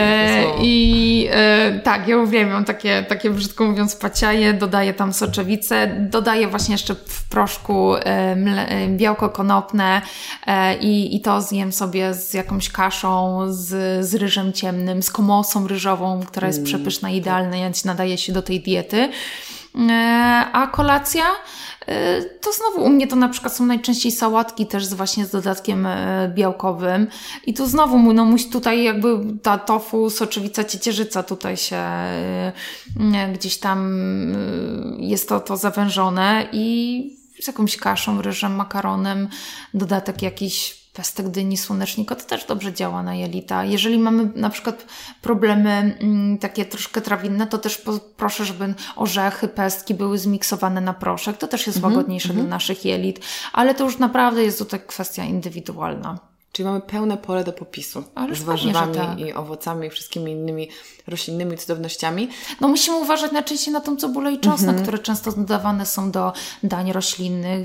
Tak, ja uwielbiam takie brzydko mówiąc paciaje, dodaję tam soczewicę, dodaję właśnie jeszcze w proszku białko konopne i to zjem sobie z jakąś kaszą, z ryżem ciemnym, z komosą ryżową, która jest przepyszna, idealna, więc nadaje się do tej diety. A kolacja to znowu u mnie to na przykład są najczęściej sałatki też właśnie z dodatkiem białkowym i tu znowu musi tutaj jakby ta tofu, soczewica, ciecierzyca tutaj się gdzieś tam jest to zawężone i z jakąś kaszą, ryżem, makaronem, dodatek jakiś pestek dyni, słonecznika, to też dobrze działa na jelita. Jeżeli mamy na przykład problemy takie troszkę trawinne, to też proszę, żeby orzechy, pestki były zmiksowane na proszek. To też jest łagodniejsze dla naszych jelit, ale to już naprawdę jest tutaj kwestia indywidualna. Czyli mamy pełne pole do popisu. Ależ z warzywami tak. i owocami i wszystkimi innymi roślinnymi cudownościami. No musimy uważać najczęściej na tą cebulę i czosnek, które często dodawane są do dań roślinnych,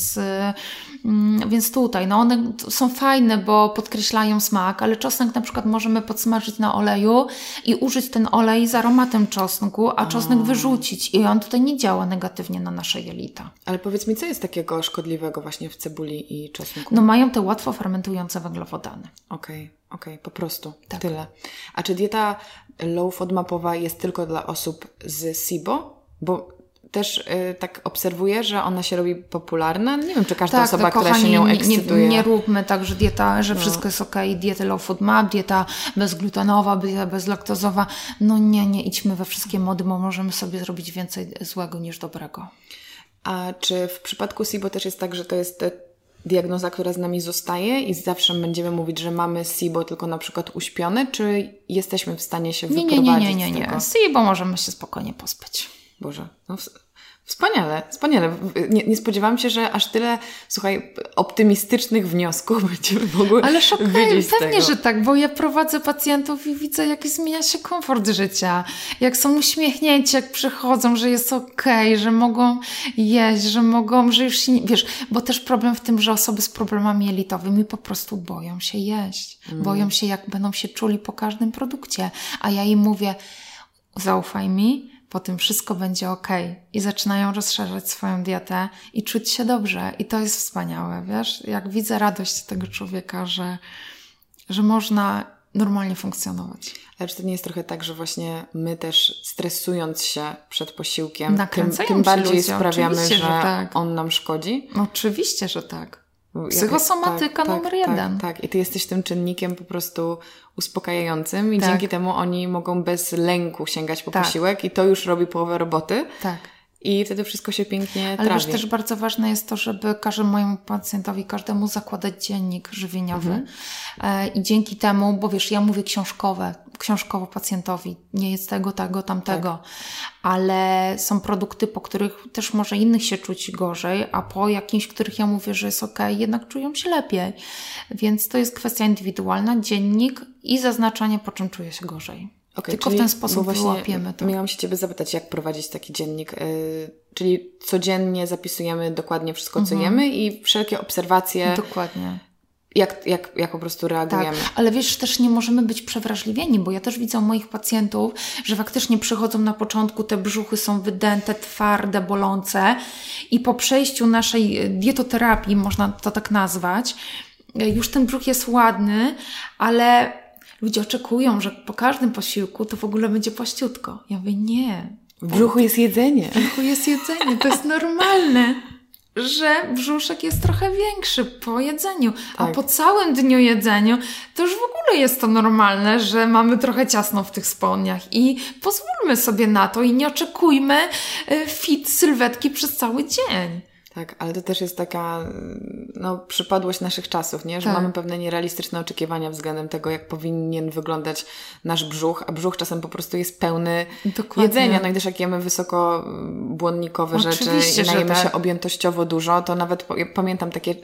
więc tutaj, no one są fajne, bo podkreślają smak, ale czosnek na przykład możemy podsmażyć na oleju i użyć ten olej z aromatem czosnku, a czosnek wyrzucić i on tutaj nie działa negatywnie na nasze jelita. Ale powiedz mi, co jest takiego szkodliwego właśnie w cebuli i czosnku? No mają te łatwo fermentujące węglowodany. Okej, po prostu. Tak. Tyle. A czy dieta low FODMAPowa jest tylko dla osób z SIBO? Bo też tak obserwuję, że ona się robi popularna. Nie wiem, czy każda osoba, która się nią ekscytuje. Nie róbmy tak, że dieta, że wszystko jest okej. Dieta low FODMAP, dieta bezglutenowa, dieta bezlaktozowa. No nie idźmy we wszystkie mody, bo możemy sobie zrobić więcej złego niż dobrego. A czy w przypadku SIBO też jest tak, że to jest diagnoza, która z nami zostaje i zawsze będziemy mówić, że mamy SIBO tylko na przykład uśpione, czy jesteśmy w stanie się wyprowadzić z tego? Nie. SIBO możemy się spokojnie pozbyć. Boże, no wspaniale. Nie spodziewałam się, że aż tyle, słuchaj, optymistycznych wniosków będziemy mogły wyjść z tego. Pewnie, że tak, bo ja prowadzę pacjentów i widzę, jak zmienia się komfort życia. Jak są uśmiechnięci, jak przychodzą, że jest okej, że mogą jeść, że już się nie... Wiesz, bo też problem w tym, że osoby z problemami jelitowymi po prostu boją się jeść. Boją się, jak będą się czuli po każdym produkcie. A ja im mówię, zaufaj mi, po tym wszystko będzie okej. I zaczynają rozszerzać swoją dietę i czuć się dobrze. I to jest wspaniałe, wiesz? Jak widzę radość tego człowieka, że można normalnie funkcjonować. Ale czy to nie jest trochę tak, że właśnie my też stresując się przed posiłkiem, Nakręcają tym bardziej ludzie. sprawiamy, Oczywiście, że tak. on nam szkodzi? Oczywiście, że tak. Psychosomatyka numer 1. Tak. I ty jesteś tym czynnikiem po prostu uspokajającym i dzięki temu oni mogą bez lęku sięgać po posiłek i to już robi połowę roboty. Tak. I wtedy wszystko się pięknie trawi. Ale wiesz, też bardzo ważne jest to, żeby każdemu pacjentowi, każdemu zakładać dziennik żywieniowy. I dzięki temu, bo wiesz, ja mówię książkowo pacjentowi, nie jest tego, tamtego. Ale są produkty, po których też może innych się czuć gorzej, a po jakimś, których ja mówię, że jest okej, jednak czują się lepiej. Więc to jest kwestia indywidualna, dziennik i zaznaczanie, po czym czuję się gorzej. Tylko w ten sposób wyłapiemy to. Miałam się Ciebie zapytać, jak prowadzić taki dziennik. Czyli codziennie zapisujemy dokładnie wszystko, co jemy i wszelkie obserwacje. Dokładnie. Jak po prostu reagujemy. Tak, ale wiesz, też nie możemy być przewrażliwieni, bo ja też widzę u moich pacjentów, że faktycznie przychodzą na początku, te brzuchy są wydęte, twarde, bolące i po przejściu naszej dietoterapii, można to tak nazwać, już ten brzuch jest ładny, ale ludzie oczekują, że po każdym posiłku to w ogóle będzie płaściutko. Ja mówię, nie. W brzuchu jest jedzenie. W brzuchu jest jedzenie, to jest normalne, że brzuszek jest trochę większy po jedzeniu, a po całym dniu jedzeniu to już w ogóle jest to normalne, że mamy trochę ciasno w tych spodniach i pozwólmy sobie na to i nie oczekujmy fit sylwetki przez cały dzień. Tak, ale to też jest taka przypadłość naszych czasów, nie? Że mamy pewne nierealistyczne oczekiwania względem tego, jak powinien wyglądać nasz brzuch, a brzuch czasem po prostu jest pełny jedzenia. No i też jak jemy wysokobłonnikowe rzeczy i najemy się objętościowo dużo, to nawet pamiętam takie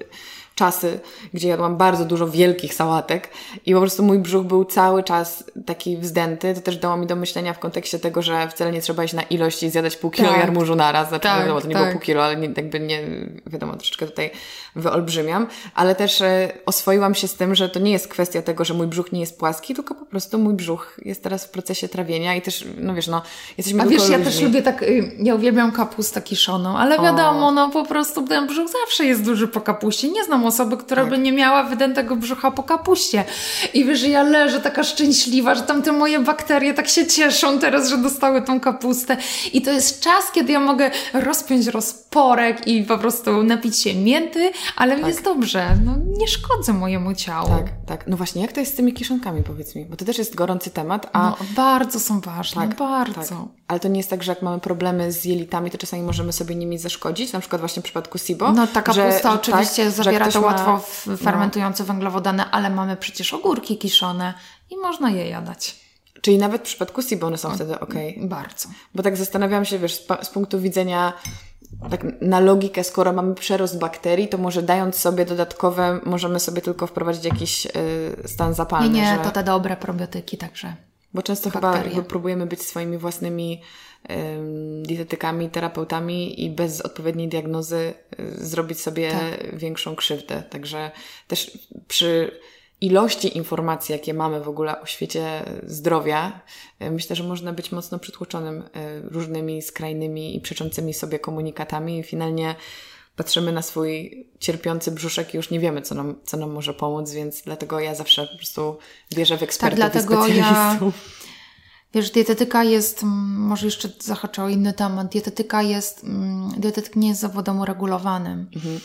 czasy, gdzie jadłam bardzo dużo wielkich sałatek i po prostu mój brzuch był cały czas taki wzdęty. To też dało mi do myślenia w kontekście tego, że wcale nie trzeba iść na ilość i zjadać pół kilo jarmużu naraz. Znaczy, wiadomo, to nie było pół kilo, ale wiadomo, troszeczkę tutaj wyolbrzymiam. Ale też oswoiłam się z tym, że to nie jest kwestia tego, że mój brzuch nie jest płaski, tylko po prostu mój brzuch jest teraz w procesie trawienia i też, jesteśmy tylko ludźmi. Ja też lubię ja uwielbiam kapustę kiszoną, ale wiadomo, po prostu ten brzuch zawsze jest duży po kapuście. Nie znam osoby, która by nie miała wydętego brzucha po kapuście. I wiesz, że ja leżę taka szczęśliwa, że tam te moje bakterie tak się cieszą teraz, że dostały tą kapustę. I to jest czas, kiedy ja mogę rozpiąć rozporek i po prostu napić się mięty, ale jest dobrze. Nie szkodzę mojemu ciału. Tak. No właśnie, jak to jest z tymi kiszonkami, powiedz mi? Bo to też jest gorący temat. Bardzo są ważne, bardzo. Tak. Ale to nie jest tak, że jak mamy problemy z jelitami, to czasami możemy sobie nimi zaszkodzić, na przykład właśnie w przypadku SIBO. Ta kapusta oczywiście zawiera to łatwo fermentujące węglowodany, ale mamy przecież ogórki kiszone i można je jadać. Czyli nawet w przypadku SIBO one są wtedy okej. Bardzo. Bo tak zastanawiam się, wiesz, z punktu widzenia tak na logikę, skoro mamy przerost bakterii, to może dając sobie dodatkowe, możemy sobie tylko wprowadzić jakiś stan zapalny. Nie, to te dobre probiotyki także. Bo często chyba próbujemy być swoimi własnymi dietetykami, terapeutami i bez odpowiedniej diagnozy zrobić sobie większą krzywdę. Także też przy ilości informacji, jakie mamy w ogóle o świecie zdrowia, myślę, że można być mocno przytłoczonym różnymi skrajnymi i przeczącymi sobie komunikatami i finalnie patrzymy na swój cierpiący brzuszek i już nie wiemy, co nam może pomóc, więc dlatego ja zawsze po prostu wierzę w ekspertów i specjalistów. Wiesz, dietetyka jest, może jeszcze zahaczę o inny temat, dietetyk nie jest zawodem uregulowanym,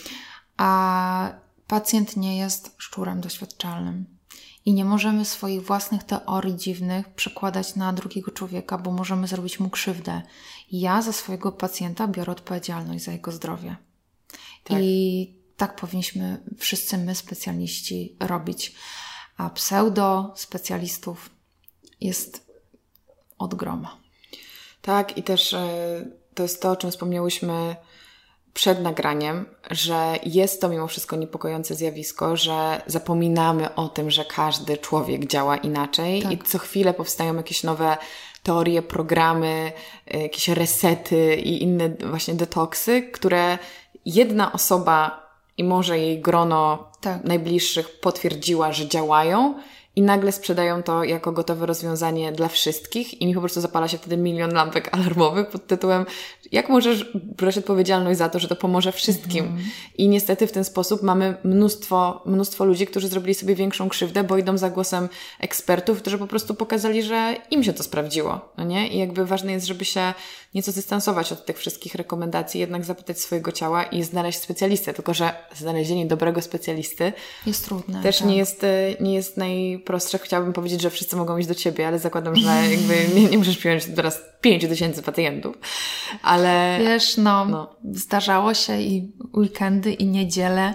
a pacjent nie jest szczurem doświadczalnym. I nie możemy swoich własnych teorii dziwnych przekładać na drugiego człowieka, bo możemy zrobić mu krzywdę. Ja za swojego pacjenta biorę odpowiedzialność za jego zdrowie. Tak. I tak powinniśmy wszyscy my, specjaliści, robić. A pseudo-specjalistów jest od groma. Tak, i też to jest to, o czym wspomniałyśmy przed nagraniem, że jest to mimo wszystko niepokojące zjawisko, że zapominamy o tym, że każdy człowiek działa inaczej i co chwilę powstają jakieś nowe teorie, programy, jakieś resety i inne właśnie detoksy, które jedna osoba i może jej grono najbliższych potwierdziła, że działają i nagle sprzedają to jako gotowe rozwiązanie dla wszystkich i mi po prostu zapala się wtedy milion lampek alarmowych pod tytułem jak możesz brać odpowiedzialność za to, że to pomoże wszystkim. I niestety w ten sposób mamy mnóstwo ludzi, którzy zrobili sobie większą krzywdę, bo idą za głosem ekspertów, którzy po prostu pokazali, że im się to sprawdziło. No nie? I jakby ważne jest, żeby się nieco dystansować od tych wszystkich rekomendacji, jednak zapytać swojego ciała i znaleźć specjalistę. Tylko że znalezienie dobrego specjalisty jest trudne. Też nie jest najprostsze. Chciałabym powiedzieć, że wszyscy mogą iść do Ciebie, ale zakładam, że jakby nie musisz przyjąć teraz 5000 pacjentów. Ale wiesz, zdarzało się i weekendy, i niedziele.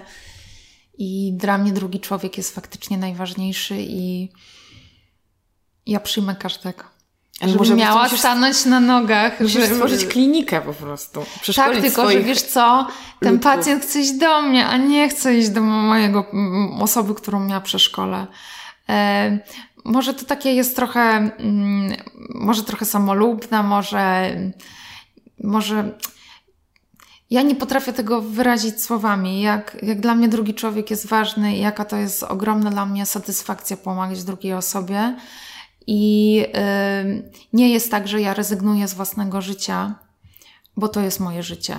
I dla mnie drugi człowiek jest faktycznie najważniejszy i ja przyjmę każdego. Ale żeby miała stanąć na nogach. Musisz stworzyć klinikę po prostu. Tak, tylko że wiesz co, ten pacjent chce iść do mnie, a nie chce iść do osoby, którą miała przy szkole. Może to takie jest trochę, może trochę samolubne, może ja nie potrafię tego wyrazić słowami, jak dla mnie drugi człowiek jest ważny i jaka to jest ogromna dla mnie satysfakcja pomagać drugiej osobie. I nie jest tak, że ja rezygnuję z własnego życia, bo to jest moje życie.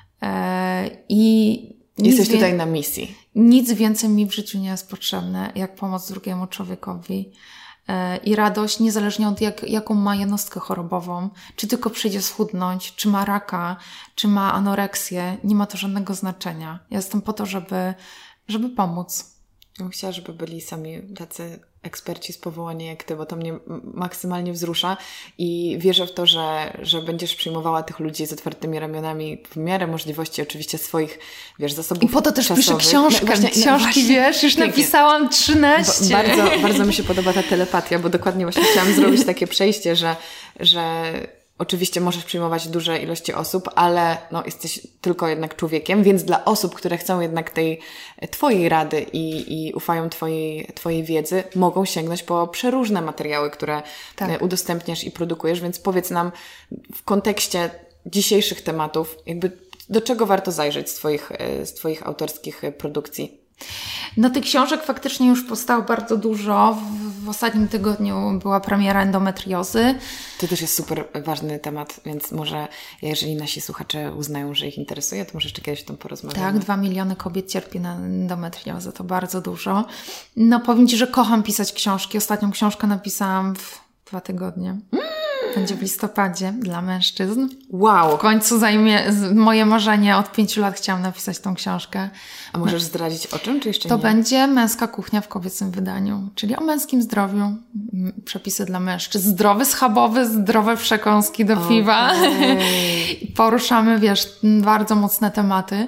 Jesteś tutaj na misji. Nic więcej mi w życiu nie jest potrzebne, jak pomoc drugiemu człowiekowi. I radość, niezależnie od jaką ma jednostkę chorobową, czy tylko przyjdzie schudnąć, czy ma raka, czy ma anoreksję, nie ma to żadnego znaczenia. Ja jestem po to, żeby pomóc. Ja bym chciała, żeby byli sami tacy eksperci z powołania jak Ty, bo to mnie maksymalnie wzrusza i wierzę w to, że będziesz przyjmowała tych ludzi z otwartymi ramionami w miarę możliwości oczywiście swoich, zasobów. I po to też piszę książkę. Książki, wiesz, już napisałam 13. Bardzo mi się podoba ta telepatia, bo dokładnie właśnie chciałam zrobić takie przejście, że oczywiście możesz przyjmować duże ilości osób, ale no, jesteś tylko jednak człowiekiem, więc dla osób, które chcą jednak tej Twojej rady i ufają Twojej wiedzy, mogą sięgnąć po przeróżne materiały, które udostępniasz i produkujesz, więc powiedz nam w kontekście dzisiejszych tematów, jakby do czego warto zajrzeć z Twoich autorskich produkcji? No tych książek faktycznie już powstało bardzo dużo. W ostatnim tygodniu była premiera endometriozy. To też jest super ważny temat, więc może jeżeli nasi słuchacze uznają, że ich interesuje, to może jeszcze kiedyś o tym porozmawiamy. Tak, 2 miliony kobiet cierpi na endometriozę, to bardzo dużo. No powiem Ci, że kocham pisać książki. Ostatnią książkę napisałam w 2 tygodnie. Będzie w listopadzie dla mężczyzn. Wow! W końcu moje marzenie. Od 5 lat chciałam napisać tą książkę. A możesz zdradzić o czym, czy jeszcze to nie? To będzie Męska kuchnia w kobiecym wydaniu, czyli o męskim zdrowiu. Przepisy dla mężczyzn. Zdrowy schabowy, zdrowe przekąski do piwa. Poruszamy, bardzo mocne tematy.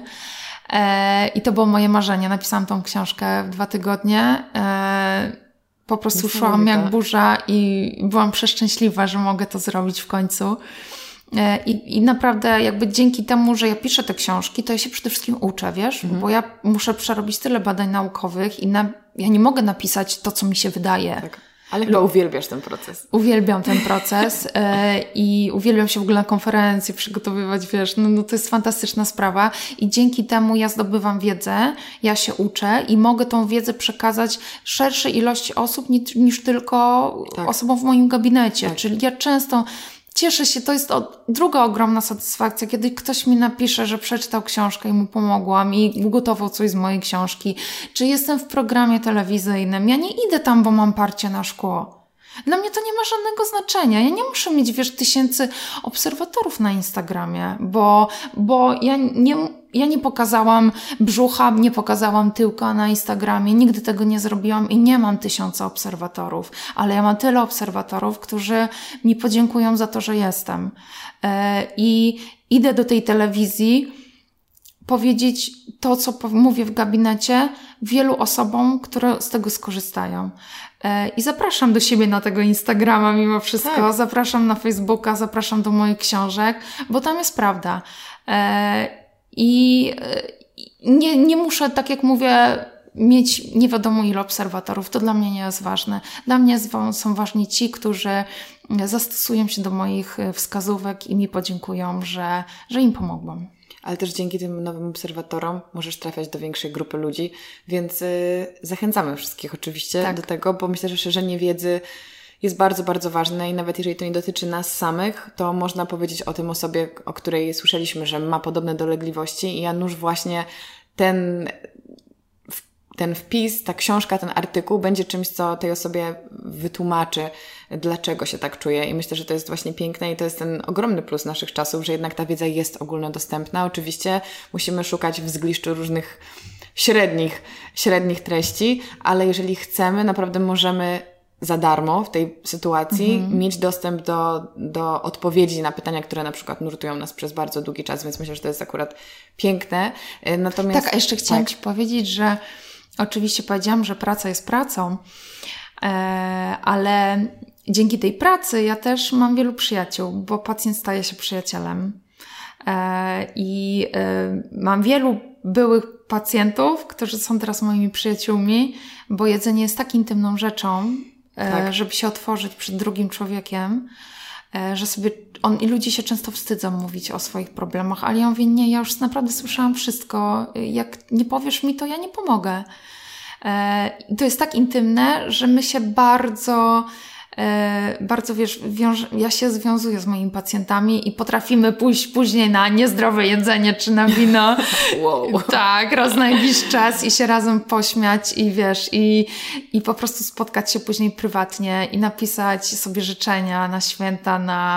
I to było moje marzenie. Napisałam tą książkę w 2 tygodnie. Po prostu szłam jak burza i byłam przeszczęśliwa, że mogę to zrobić w końcu. I naprawdę jakby dzięki temu, że ja piszę te książki, to ja się przede wszystkim uczę, wiesz? Bo ja muszę przerobić tyle badań naukowych i ja nie mogę napisać to, co mi się wydaje. Tak. Ale chyba uwielbiasz ten proces. Uwielbiam ten proces i uwielbiam się w ogóle na konferencje przygotowywać, no to jest fantastyczna sprawa i dzięki temu ja zdobywam wiedzę, ja się uczę i mogę tą wiedzę przekazać szerszej ilości osób niż tylko osobom w moim gabinecie. Tak. Czyli ja często cieszę się, to jest druga ogromna satysfakcja, kiedy ktoś mi napisze, że przeczytał książkę i mu pomogłam i ugotował coś z mojej książki. Czy jestem w programie telewizyjnym. Ja nie idę tam, bo mam parcie na szkło. Dla mnie to nie ma żadnego znaczenia. Ja nie muszę mieć, 1000 obserwatorów na Instagramie, bo ja nie pokazałam brzucha, nie pokazałam tyłka na Instagramie, nigdy tego nie zrobiłam i nie mam 1000 obserwatorów, ale ja mam tyle obserwatorów, którzy mi podziękują za to, że jestem. I idę do tej telewizji powiedzieć to, co mówię w gabinecie wielu osobom, które z tego skorzystają. I zapraszam do siebie na tego Instagrama mimo wszystko, zapraszam na Facebooka, zapraszam do moich książek, bo tam jest prawda. I nie muszę, tak jak mówię, mieć nie wiadomo ile obserwatorów. To dla mnie nie jest ważne. Dla mnie są ważni ci, którzy zastosują się do moich wskazówek i mi podziękują, że im pomogłam. Ale też dzięki tym nowym obserwatorom możesz trafiać do większej grupy ludzi, więc zachęcamy wszystkich oczywiście do tego, bo myślę, że szerzenie wiedzy jest bardzo, bardzo ważne i nawet jeżeli to nie dotyczy nas samych, to można powiedzieć o tym osobie, o której słyszeliśmy, że ma podobne dolegliwości i ja nuż właśnie ten wpis, ta książka, ten artykuł będzie czymś, co tej osobie wytłumaczy, dlaczego się tak czuje i myślę, że to jest właśnie piękne i to jest ten ogromny plus naszych czasów, że jednak ta wiedza jest ogólnodostępna. Oczywiście musimy szukać w zgliszczu różnych średnich treści, ale jeżeli chcemy, naprawdę możemy za darmo w tej sytuacji mieć dostęp do odpowiedzi na pytania, które na przykład nurtują nas przez bardzo długi czas, więc myślę, że to jest akurat piękne. Natomiast tak, a jeszcze chciałam Ci powiedzieć, że oczywiście powiedziałam, że praca jest pracą, ale dzięki tej pracy ja też mam wielu przyjaciół, bo pacjent staje się przyjacielem. I mam wielu byłych pacjentów, którzy są teraz moimi przyjaciółmi, bo jedzenie jest tak intymną rzeczą, żeby się otworzyć przed drugim człowiekiem, że sobie i ludzie się często wstydzą mówić o swoich problemach, ale ja mówię, nie, ja już naprawdę słyszałam wszystko, jak nie powiesz mi, to ja nie pomogę. To jest tak intymne, że my się bardzo ja się związuję z moimi pacjentami i potrafimy pójść później na niezdrowe jedzenie czy na wino. Wow. Tak, raz na jakiś czas i się razem pośmiać i po prostu spotkać się później prywatnie i napisać sobie życzenia na święta,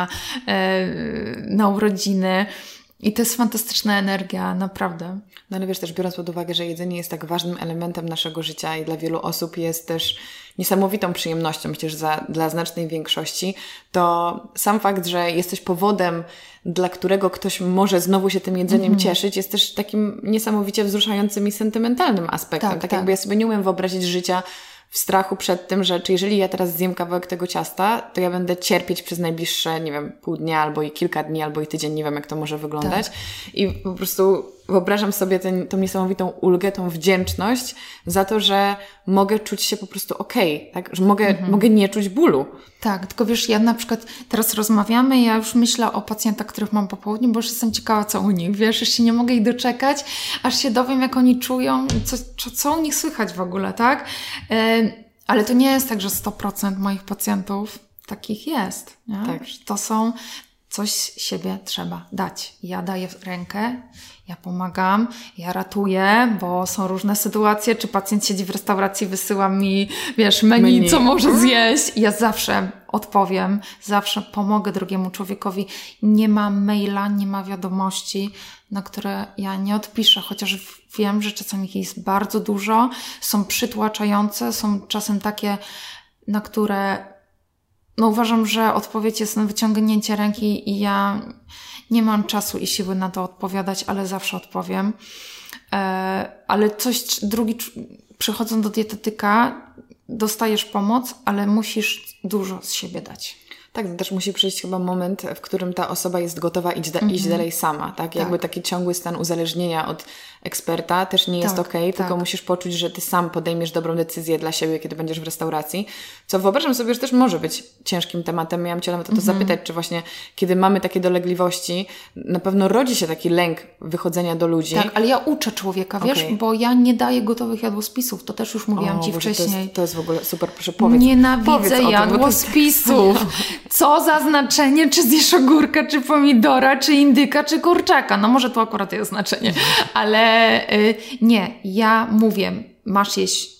na urodziny. I to jest fantastyczna energia, naprawdę. No ale wiesz, też biorąc pod uwagę, że jedzenie jest tak ważnym elementem naszego życia i dla wielu osób jest też niesamowitą przyjemnością, myślę, że dla znacznej większości, to sam fakt, że jesteś powodem, dla którego ktoś może znowu się tym jedzeniem cieszyć, jest też takim niesamowicie wzruszającym i sentymentalnym aspektem. Tak jakby ja sobie nie umiem wyobrazić życia w strachu przed tym, że czy jeżeli ja teraz zjem kawałek tego ciasta, to ja będę cierpieć przez najbliższe, nie wiem, pół dnia, albo i kilka dni, albo i tydzień, nie wiem jak to może wyglądać. Tak. I po prostu wyobrażam sobie tą niesamowitą ulgę, tą wdzięczność za to, że mogę czuć się po prostu okej, tak? Że mogę nie czuć bólu. Tak, tylko wiesz, ja na przykład teraz rozmawiamy, ja już myślę o pacjentach, których mam po południu, bo już jestem ciekawa, co u nich, wiesz, już się nie mogę ich doczekać, aż się dowiem, jak oni czują, co u nich słychać w ogóle, tak? Ale to nie jest tak, że 100% moich pacjentów takich jest, nie? Tak. To są, coś siebie trzeba dać. Ja daję rękę, ja pomagam, ja ratuję, bo są różne sytuacje, czy pacjent siedzi w restauracji, wysyła mi, wiesz, menu, co może zjeść. Ja zawsze odpowiem, zawsze pomogę drugiemu człowiekowi. Nie ma maila, nie ma wiadomości, na które ja nie odpiszę, chociaż wiem, że czasami ich jest bardzo dużo, są przytłaczające, są czasem takie, na które uważam, że odpowiedź jest na wyciągnięcie ręki i ja nie mam czasu i siły na to odpowiadać, ale zawsze odpowiem. Ale przychodząc do dietetyka, dostajesz pomoc, ale musisz dużo z siebie dać. Tak, to też musi przyjść chyba moment, w którym ta osoba jest gotowa iść dalej sama, tak? Jakby taki ciągły stan uzależnienia od eksperta też nie jest okej, tylko musisz poczuć, że ty sam podejmiesz dobrą decyzję dla siebie, kiedy będziesz w restauracji, co wyobrażam sobie, że też może być ciężkim tematem. Miałam Cię nawet o to zapytać, czy właśnie kiedy mamy takie dolegliwości, na pewno rodzi się taki lęk wychodzenia do ludzi. Tak, ale ja uczę człowieka, wiesz, bo ja nie daję gotowych jadłospisów, to też już mówiłam Ci wcześniej. To jest w ogóle super, proszę powiedz. Nienawidzę jadłospisów. Co za znaczenie, czy zjesz ogórka, czy pomidora, czy indyka, czy kurczaka. No może to akurat jest znaczenie, ale nie, ja mówię, masz jeść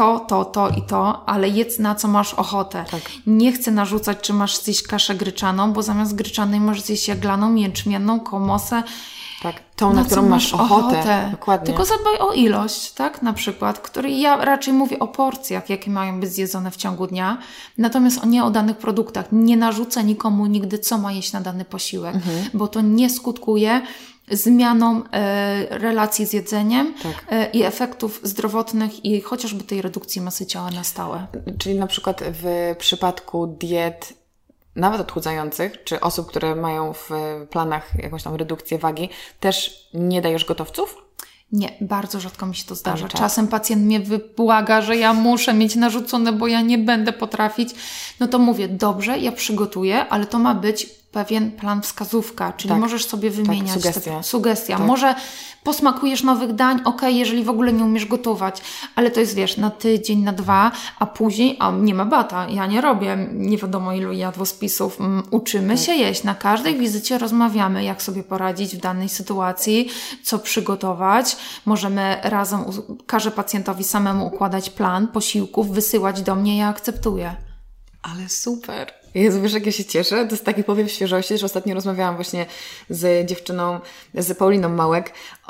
to i to, ale jedz na co masz ochotę. Tak. Nie chcę narzucać, czy masz zjeść kaszę gryczaną, bo zamiast gryczanej możesz zjeść jaglaną, jęczmienną, komosę. Tak, tą, na którą masz ochotę. Dokładnie. Tylko zadbaj o ilość, tak, na przykład, której ja raczej mówię o porcjach, jakie mają być zjedzone w ciągu dnia, natomiast nie o danych produktach. Nie narzucę nikomu nigdy, co ma jeść na dany posiłek, bo to nie skutkuje zmianą relacji z jedzeniem i efektów zdrowotnych i chociażby tej redukcji masy ciała na stałe. Czyli na przykład w przypadku diet nawet odchudzających, czy osób, które mają w planach jakąś tam redukcję wagi, też nie dajesz gotowców? Nie, bardzo rzadko mi się to zdarza. Czasem pacjent mnie wybłaga, że ja muszę mieć narzucone, bo ja nie będę potrafić. No to mówię, dobrze, ja przygotuję, ale to ma być pewien plan, wskazówka, czyli możesz sobie wymieniać sugestia. Tak. Może posmakujesz nowych dań, jeżeli w ogóle nie umiesz gotować, ale to jest, wiesz, na tydzień, na 2, a później, nie ma bata, ja nie robię nie wiadomo ilu jadłospisów, uczymy się jeść, na każdej wizycie rozmawiamy, jak sobie poradzić w danej sytuacji, co przygotować, możemy razem, każę pacjentowi samemu układać plan posiłków, wysyłać do mnie, ja akceptuję. Ale super! Jezu, wiesz, jak ja się cieszę? To jest taki powiew świeżości, że ostatnio rozmawiałam właśnie z dziewczyną, z Pauliną Małek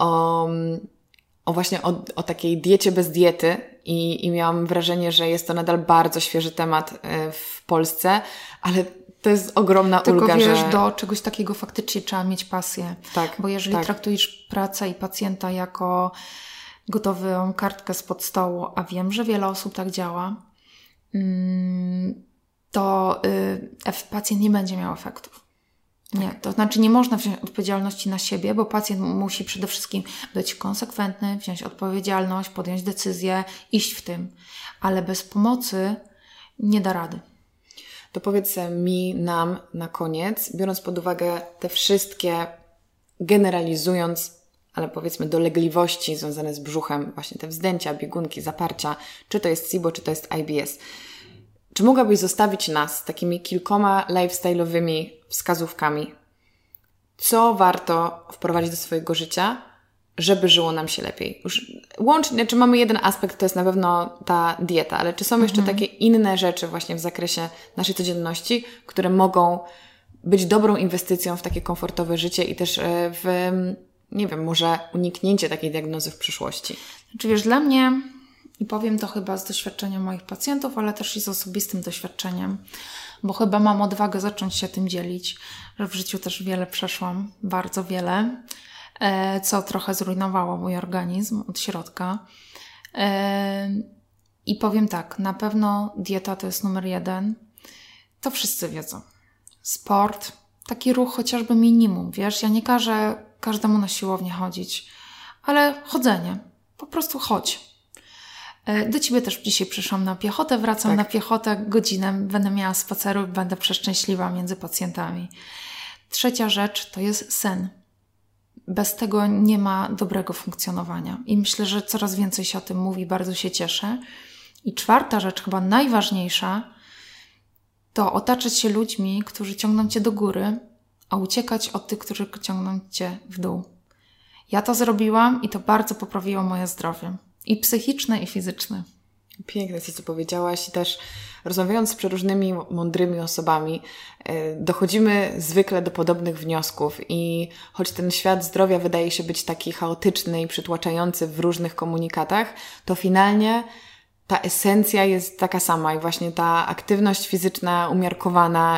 o takiej diecie bez diety i miałam wrażenie, że jest to nadal bardzo świeży temat w Polsce, ale to jest ogromna ulga, że... Tylko wiesz, do czegoś takiego faktycznie trzeba mieć pasję. Tak, bo jeżeli traktujesz pracę i pacjenta jako gotową kartkę spod stołu, a wiem, że wiele osób tak działa, to pacjent nie będzie miał efektów. Nie, to znaczy nie można wziąć odpowiedzialności na siebie, bo pacjent musi przede wszystkim być konsekwentny, wziąć odpowiedzialność, podjąć decyzję, iść w tym. Ale bez pomocy nie da rady. To powiedz nam na koniec, biorąc pod uwagę te wszystkie, generalizując, ale powiedzmy dolegliwości związane z brzuchem, właśnie te wzdęcia, biegunki, zaparcia, czy to jest SIBO, czy to jest IBS. Czy mogłabyś zostawić nas takimi kilkoma lifestyle'owymi wskazówkami? Co warto wprowadzić do swojego życia, żeby żyło nam się lepiej? Już łącznie, czy mamy jeden aspekt, to jest na pewno ta dieta, ale czy są jeszcze takie inne rzeczy właśnie w zakresie naszej codzienności, które mogą być dobrą inwestycją w takie komfortowe życie i też w, nie wiem, może uniknięcie takiej diagnozy w przyszłości? Znaczy wiesz, dla mnie... I powiem to chyba z doświadczenia moich pacjentów, ale też i z osobistym doświadczeniem, bo chyba mam odwagę zacząć się tym dzielić, że w życiu też wiele przeszłam, bardzo wiele, co trochę zrujnowało mój organizm od środka. I powiem tak, na pewno dieta to jest numer 1. To wszyscy wiedzą. Sport, taki ruch chociażby minimum, wiesz, ja nie każę każdemu na siłownię chodzić, ale chodzenie, po prostu chodź. Do Ciebie też dzisiaj przyszłam na piechotę, wracam na piechotę, godzinę będę miała spaceru i będę przeszczęśliwa między pacjentami. 3. rzecz to jest sen. Bez tego nie ma dobrego funkcjonowania i myślę, że coraz więcej się o tym mówi, bardzo się cieszę. I 4. rzecz, chyba najważniejsza, to otaczać się ludźmi, którzy ciągną Cię do góry, a uciekać od tych, którzy ciągną Cię w dół. Ja to zrobiłam i to bardzo poprawiło moje zdrowie. I psychiczne, i fizyczne. Piękne jest to, co powiedziałaś i też rozmawiając z przeróżnymi mądrymi osobami, dochodzimy zwykle do podobnych wniosków i choć ten świat zdrowia wydaje się być taki chaotyczny i przytłaczający w różnych komunikatach, to finalnie ta esencja jest taka sama i właśnie ta aktywność fizyczna umiarkowana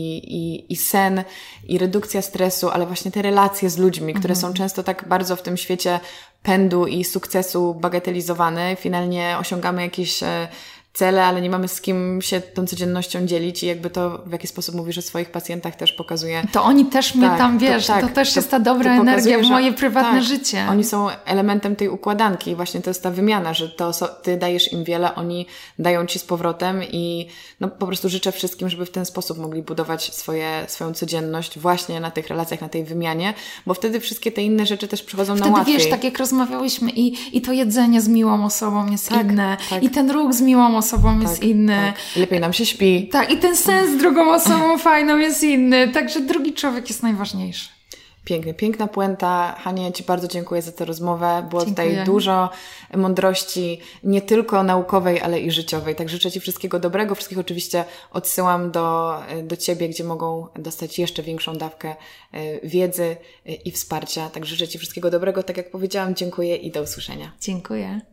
i sen, i redukcja stresu, ale właśnie te relacje z ludźmi, które są często tak bardzo w tym świecie pędu i sukcesu bagatelizowane. Finalnie osiągamy jakieś cele, ale nie mamy z kim się tą codziennością dzielić i jakby to, w jaki sposób mówisz o swoich pacjentach, też pokazuje. To oni też mnie tam, wiesz, to też jest ta dobra energia w moje prywatne życie. Oni są elementem tej układanki i właśnie to jest ta wymiana, że ty dajesz im wiele, oni dają ci z powrotem i no po prostu życzę wszystkim, żeby w ten sposób mogli budować swoją codzienność właśnie na tych relacjach, na tej wymianie, bo wtedy wszystkie te inne rzeczy też przychodzą na łatwiej. Wtedy wiesz, tak jak rozmawiałyśmy i to jedzenie z miłą osobą jest inne i ten ruch z miłą osobą jest inny. I lepiej nam się śpi. Tak, i ten sens z drugą osobą fajną jest inny. Także drugi człowiek jest najważniejszy. Pięknie, piękna puenta. Hanie, Ci bardzo dziękuję za tę rozmowę. Było tutaj dużo mądrości, nie tylko naukowej, ale i życiowej. Tak życzę Ci wszystkiego dobrego. Wszystkich oczywiście odsyłam do Ciebie, gdzie mogą dostać jeszcze większą dawkę wiedzy i wsparcia. Tak życzę Ci wszystkiego dobrego. Tak jak powiedziałam, dziękuję i do usłyszenia. Dziękuję.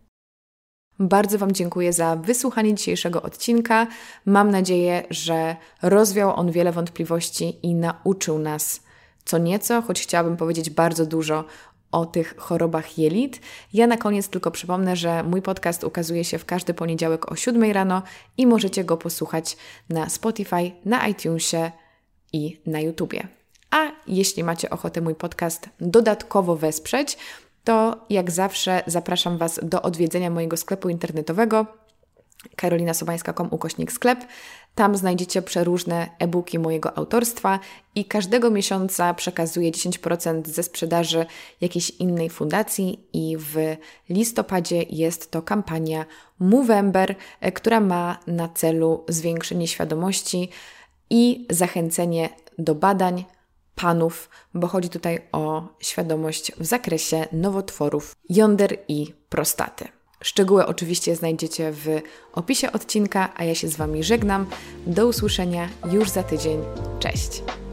Bardzo Wam dziękuję za wysłuchanie dzisiejszego odcinka. Mam nadzieję, że rozwiał on wiele wątpliwości i nauczył nas co nieco, choć chciałabym powiedzieć bardzo dużo o tych chorobach jelit. Ja na koniec tylko przypomnę, że mój podcast ukazuje się w każdy poniedziałek o 7 rano i możecie go posłuchać na Spotify, na iTunesie i na YouTubie. A jeśli macie ochotę mój podcast dodatkowo wesprzeć, to jak zawsze zapraszam Was do odwiedzenia mojego sklepu internetowego karolinasobańska.com/sklep. Tam znajdziecie przeróżne e-booki mojego autorstwa i każdego miesiąca przekazuję 10% ze sprzedaży jakiejś innej fundacji i w listopadzie jest to kampania Movember, która ma na celu zwiększenie świadomości i zachęcenie do badań panów, bo chodzi tutaj o świadomość w zakresie nowotworów jąder i prostaty. Szczegóły oczywiście znajdziecie w opisie odcinka, a ja się z Wami żegnam. Do usłyszenia już za tydzień. Cześć!